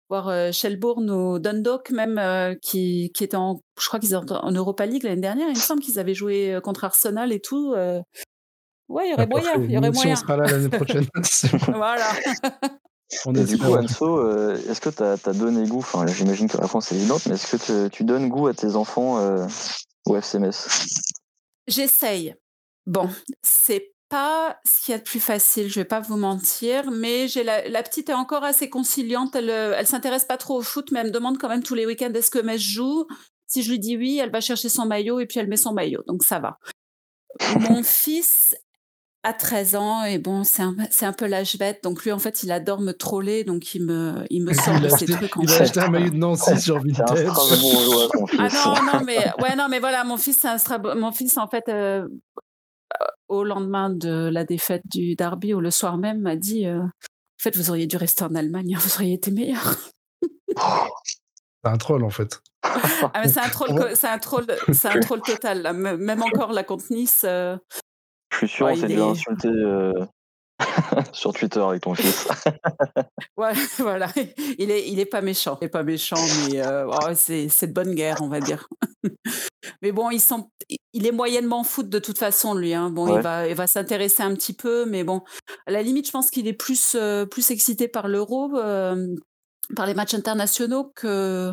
voir euh, Shelbourne ou Dundalk même euh, qui, qui étaient en, je crois qu'ils étaient en Europa League l'année dernière. Il me semble qu'ils avaient joué euh, contre Arsenal et tout. euh. Ouais, il y aurait Ah, moyen, parfait. il y aurait Nous aussi, on moyen. sera là l'année prochaine. C'est bon. Voilà. On Et du espère. coup, Anso, euh, est-ce que tu as donné goût, enfin j'imagine que la réponse est évidente, mais est-ce que te- tu donnes goût à tes enfants euh, au F C Metz? J'essaye. Bon, c'est pas ce qu'il y a de plus facile, je vais pas vous mentir, mais j'ai la, la petite est encore assez conciliante. Elle, euh, elle s'intéresse pas trop au foot, mais elle me demande quand même tous les week-ends est-ce que Metz joue. Si je lui dis oui, elle va chercher son maillot et puis elle met son maillot, donc ça va. Mon fils a treize ans et bon, c'est un, c'est un peu l'âge bête, donc lui en fait il adore me troller, donc il me, il me sort Il de a ces acheté, trucs en il a fait. acheté un maillot de Nancy sur C'est un Vinted. Strasbourgeois, ton Ah fils. non, non, mais ouais, non, mais voilà, mon fils, c'est un Strabo- mon fils en fait. euh, au lendemain de la défaite du derby ou le soir même m'a dit euh, en fait vous auriez dû rester en Allemagne, vous auriez été meilleur. C'est un troll en fait. Ah mais c'est un troll, On va- c'est un troll, c'est un troll total là. M- Même encore la contre Nice. euh, Je suis sûr, Ouais, on s'est il déjà est- insulté euh, sur Twitter avec ton fils. Ouais, voilà, il est, il est pas méchant, il est pas méchant, mais euh, oh, c'est, c'est de bonne guerre, on va dire. Mais bon, il, sent, il est moyennement foot de toute façon, lui. Hein. Bon, Ouais. il va, il va s'intéresser un petit peu, mais bon, à la limite, je pense qu'il est plus, euh, plus excité par l'Euro, euh, par les matchs internationaux que,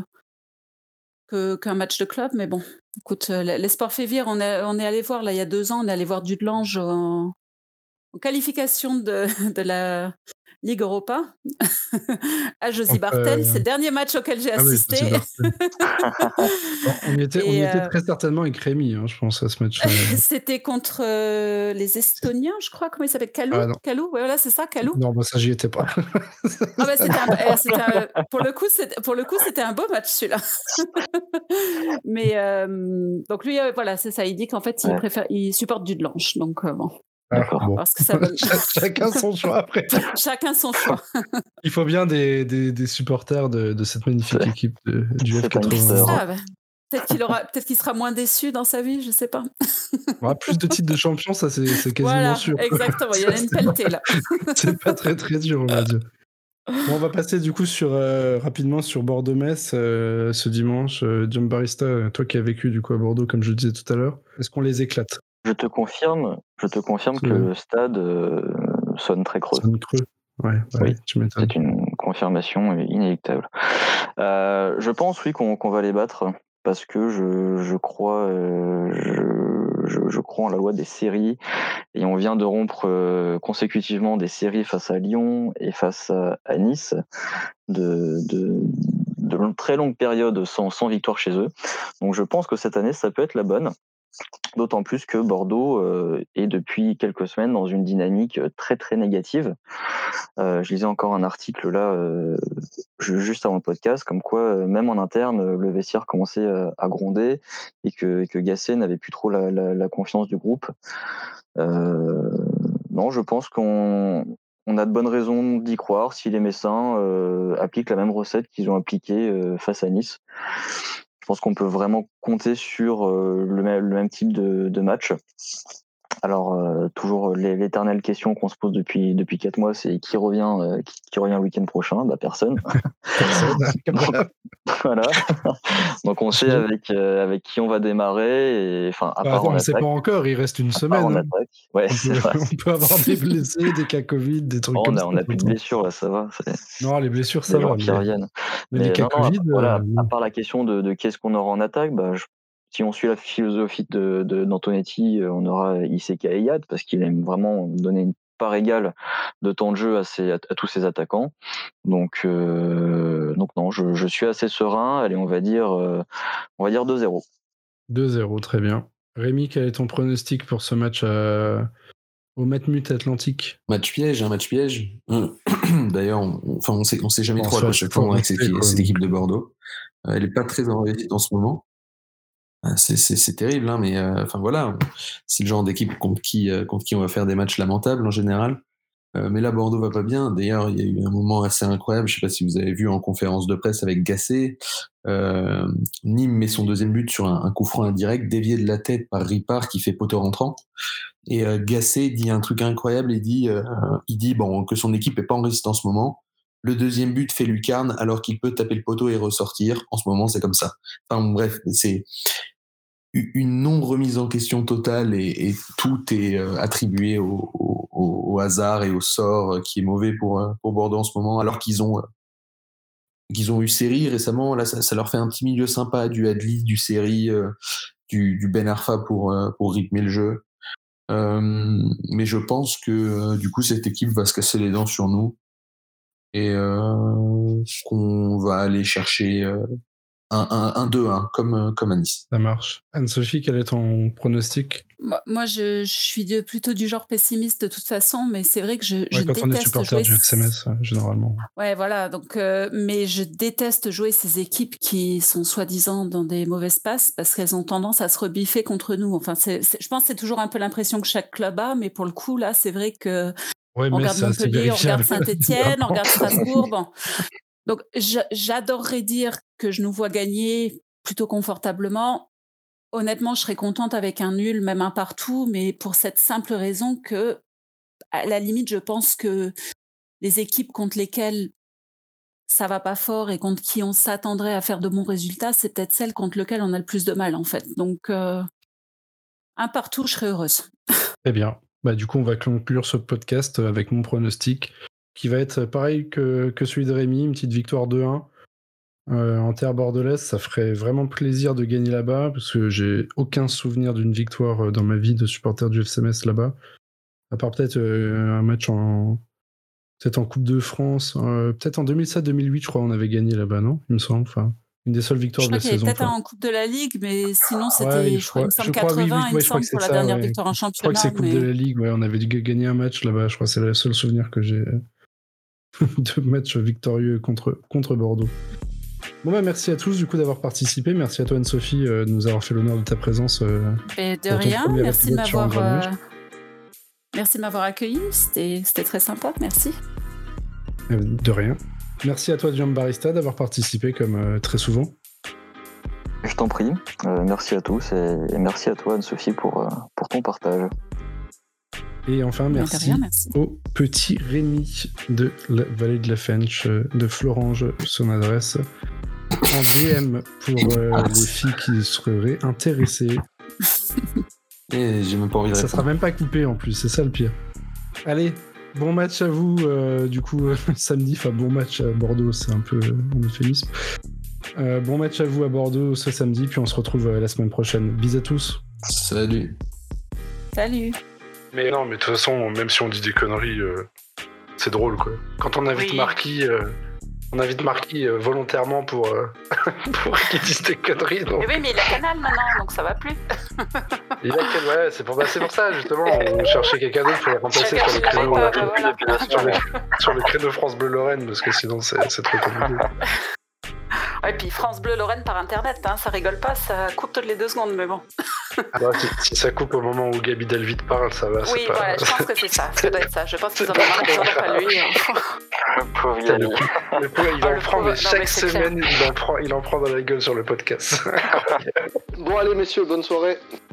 que qu'un match de club. Mais bon, écoute, euh, les sports février, on est, on est allé voir là il y a deux ans, on est allé voir Dudelange en, en qualification de, de la Ligue Europa à Josie Donc, Bartel. euh, C'est le dernier match auquel j'ai Ah oui, assisté. c'est Bartel. Bon, on y était, on y Et, était euh, très certainement avec Rémi, hein, je pense, à ce match. C'était contre euh, les Estoniens, je crois. Comment il s'appelle? Kalou? Ah non. Kalou, ouais, voilà, c'est ça, Kalou. Non, bah ça, j'y étais pas. Ah bah, c'était un, eh, c'était un- pour le coup, c'était, pour le coup, c'était un beau match celui-là. Mais euh, donc lui, euh, voilà, c'est ça. Il dit qu'en fait, il Ouais. préfère, il supporte Dudelange. Donc euh, bon, Ah, D'accord. bon. parce que ça donne Ch- Chacun son choix après. chacun son choix. Il faut bien des, des, des supporters de, de cette magnifique C'est- équipe de- du c'est F pas une quatre-vingt. star. Ça, bah, peut-être qu'il aura, peut-être qu'il sera moins déçu dans sa vie, je sais pas. Ouais, plus de titres de champion, ça c'est c'est quasiment Voilà, sûr. exactement. Il y en a une C'est pas- pelletée là. C'est pas très très dur, on va dire. Bon, on va passer du coup sur, euh, rapidement sur Bordeaux-Metz euh, ce dimanche. Euh, John Barista, toi qui as vécu du coup à Bordeaux, comme je le disais tout à l'heure, est-ce qu'on les éclate? Je te confirme, je te confirme C'est- que le stade euh, sonne très creux. Sonne creux. Ouais, ouais, Oui, tu m'étonnes. C'est une confirmation inéluctable. Euh, je pense, oui, qu'on qu'on va les battre parce que je, je crois, euh, je, je, je crois en la loi des séries et on vient de rompre euh, consécutivement des séries face à Lyon et face à, à Nice de, de, de long- très longues périodes sans, sans victoire chez eux. Donc je pense que cette année, ça peut être la bonne. D'autant plus que Bordeaux euh, est depuis quelques semaines dans une dynamique très très négative. Euh, je lisais encore un article là, euh, ju- juste avant le podcast, comme quoi euh, même en interne, euh, le vestiaire commençait euh, à gronder et que, et que Gasset n'avait plus trop la, la, la confiance du groupe. Euh, non, je pense qu'on on a de bonnes raisons d'y croire si les Messins euh, appliquent la même recette qu'ils ont appliquée euh, face à Nice. Je pense qu'on peut vraiment compter sur euh, le, même, le même type de, de match. Alors, euh, toujours les- l'éternelle question qu'on se pose depuis depuis quatre mois, c'est qui revient, euh, qui, qui revient le week-end prochain? Bah personne. Personne. Voilà. Voilà. Donc on sait avec euh, avec qui on va démarrer et enfin à Bah, part attends, en on sait attaque. pas encore, il reste une à part semaine. en hein. attaque. Ouais, On c'est peut, vrai. on peut avoir des blessés, des cas Covid, des trucs Oh, on comme a ça. on a plus de Attends. blessures là, ça va. c'est- Non, les blessures, Les ça gens va. qui Mais, reviennent. mais les Mais cas non, non, Covid, voilà, euh, à part la question de, de qu'est-ce qu'on aura en attaque, bah, je- si on suit la philosophie de, de- d'Antonetti, euh, on aura Iseka et Yad, parce qu'il aime vraiment donner une part égale de temps de jeu à, ses- à, à tous ses attaquants. Donc, euh, donc non, je, je suis assez serein. Allez, on va dire, euh, on va dire deux zéro. deux zéro, très bien. Rémi, quel est ton pronostic pour ce match à- au Matmut Atlantique? Match piège, un match piège. D'ailleurs, on, on- enfin, on sait, on sait jamais On trop à se fait quoi à chaque s'attendre fois avec cette, gonfler, quoi. cette équipe de Bordeaux. Euh, elle est pas très en réussite en ce moment. Euh, C'est, c'est, c'est terrible, hein, mais euh, enfin voilà, c'est le genre d'équipe contre qui, euh, contre qui on va faire des matchs lamentables en général. Euh, mais là, Bordeaux va pas bien. D'ailleurs, il y a eu un moment assez incroyable. Je sais pas si vous avez vu en conférence de presse avec Gasset. Euh, Nîmes met son deuxième but sur un, un coup franc indirect, dévié de la tête par Ripard qui fait poteau rentrant. Et euh, Gasset dit un truc incroyable. Il dit, euh, il dit bon que son équipe est pas en réussite en ce moment. le deuxième but fait lucarne alors qu'il peut taper le poteau et ressortir. En ce moment, c'est comme ça. Enfin bref, c'est une non-remise en question totale et, et tout est euh, attribué au, au, au hasard et au sort qui est mauvais pour, pour Bordeaux en ce moment, alors qu'ils ont, qu'ils ont eu Seri récemment. Là, ça, ça leur fait un petit milieu sympa, du Adli, du Seri, euh, du, du Ben Arfa pour, euh, pour rythmer le jeu. Euh, mais je pense que euh, du coup, cette équipe va se casser les dents sur nous et euh, qu'on va aller chercher... Euh, un deux un, comme, comme à Nice. Ça marche. Anne-Sophie, quel est ton pronostic ? Moi, moi je, je suis de, plutôt du genre pessimiste de toute façon, mais c'est vrai que je, ouais, je quand déteste on est supporter jouer... du F C M S, généralement. Ouais, voilà. Donc, euh, mais je déteste jouer ces équipes qui sont soi-disant dans des mauvaises passes parce qu'elles ont tendance à se rebiffer contre nous. Enfin, c'est, c'est, je pense que c'est toujours un peu l'impression que chaque club a, mais pour le coup, là, c'est vrai que ouais, on regarde Montpellier, on regarde Saint-Etienne, on regarde Strasbourg. Bon. Donc, j'adorerais dire que je nous vois gagner plutôt confortablement. Honnêtement, je serais contente avec un nul, même un partout, mais pour cette simple raison que, à la limite, je pense que les équipes contre lesquelles ça va pas fort et contre qui on s'attendrait à faire de bons résultats, c'est peut-être celles contre lesquelles on a le plus de mal, en fait. Donc, euh, un partout, je serais heureuse. Très bien. Bah, du coup, on va conclure ce podcast avec mon pronostic, qui va être pareil que, que celui de Rémi, une petite victoire deux un. Euh, en terre bordelaise, ça ferait vraiment plaisir de gagner là-bas, parce que j'ai aucun souvenir d'une victoire dans ma vie de supporter du F C M S là-bas, à part peut-être euh, un match en peut-être en Coupe de France, euh, peut-être en deux mille sept deux mille huit, je crois, on avait gagné là-bas, non ? Il me semble, enfin, une des seules victoires je de la saison. Je crois qu'il y avait saison. peut-être un en Coupe de la Ligue, mais sinon c'était, ouais, je crois, il me semble je crois, quatre-vingts, oui, oui, il me ouais, je crois semble, que pour c'est la ça, dernière ouais. victoire en Je crois championnat. que c'est Coupe mais... de la Ligue, ouais, on avait dû gagner un match là-bas, je crois que c'est le seul souvenir que j'ai de match victorieux contre, contre Bordeaux. Bon bah merci à tous du coup d'avoir participé, merci à toi Anne-Sophie euh, de nous avoir fait l'honneur de ta présence. Euh, Et de rien, merci de m'avoir, euh, merci de m'avoir accueilli, c'était, c'était très sympa, merci. Euh, de rien. Merci à toi Jump Barista d'avoir participé comme euh, très souvent. Je t'en prie, euh, merci à tous et, et merci à toi Anne-Sophie pour, euh, pour ton partage. Et enfin, merci, rien, merci au petit Rémi de la Vallée de la Fench, de Florange, son adresse, en D M pour euh, les filles qui seraient intéressées. Et j'ai même pas envie de Ça répondre. sera même pas coupé en plus, c'est ça le pire. Allez, bon match à vous, euh, du coup, euh, samedi, enfin bon match à Bordeaux, c'est un peu un euphémisme. Euh, bon match à vous à Bordeaux ce samedi, puis on se retrouve euh, la semaine prochaine. Bisous à tous. Salut. Salut. Mais non, mais de toute façon, même si on dit des conneries, euh, c'est drôle, quoi. Quand on invite Oui. Marquis, euh, on invite Marquis euh, volontairement pour, euh, pour qu'il dise des conneries. Donc... Mais oui, mais il a Canal maintenant, donc ça va plus. Il a quel... Ouais, c'est pour, bah, c'est pour ça, justement. On cherchait quelqu'un d'autre pour le remplacer sur le, créneau, pas, euh, bah, voilà. sur, le, sur le créneau France Bleu Lorraine, parce que sinon, c'est, c'est trop compliqué. Ouais, et puis France Bleu Lorraine par internet, hein, ça rigole pas, ça coupe toutes les deux secondes, mais bon. Alors, si, si ça coupe au moment où Gabi Delvit parle, ça va. Oui, c'est pas... voilà, je pense que c'est ça, ça doit être ça. Je pense qu'ils en ont marre, ils en ont pas lui. Le pauvre Putain, le coup, le coup, il Ah, en le prend, pauvre- mais non, chaque mais c'est semaine, il en, prend, il en prend dans la gueule sur le podcast. Bon allez messieurs, bonne soirée.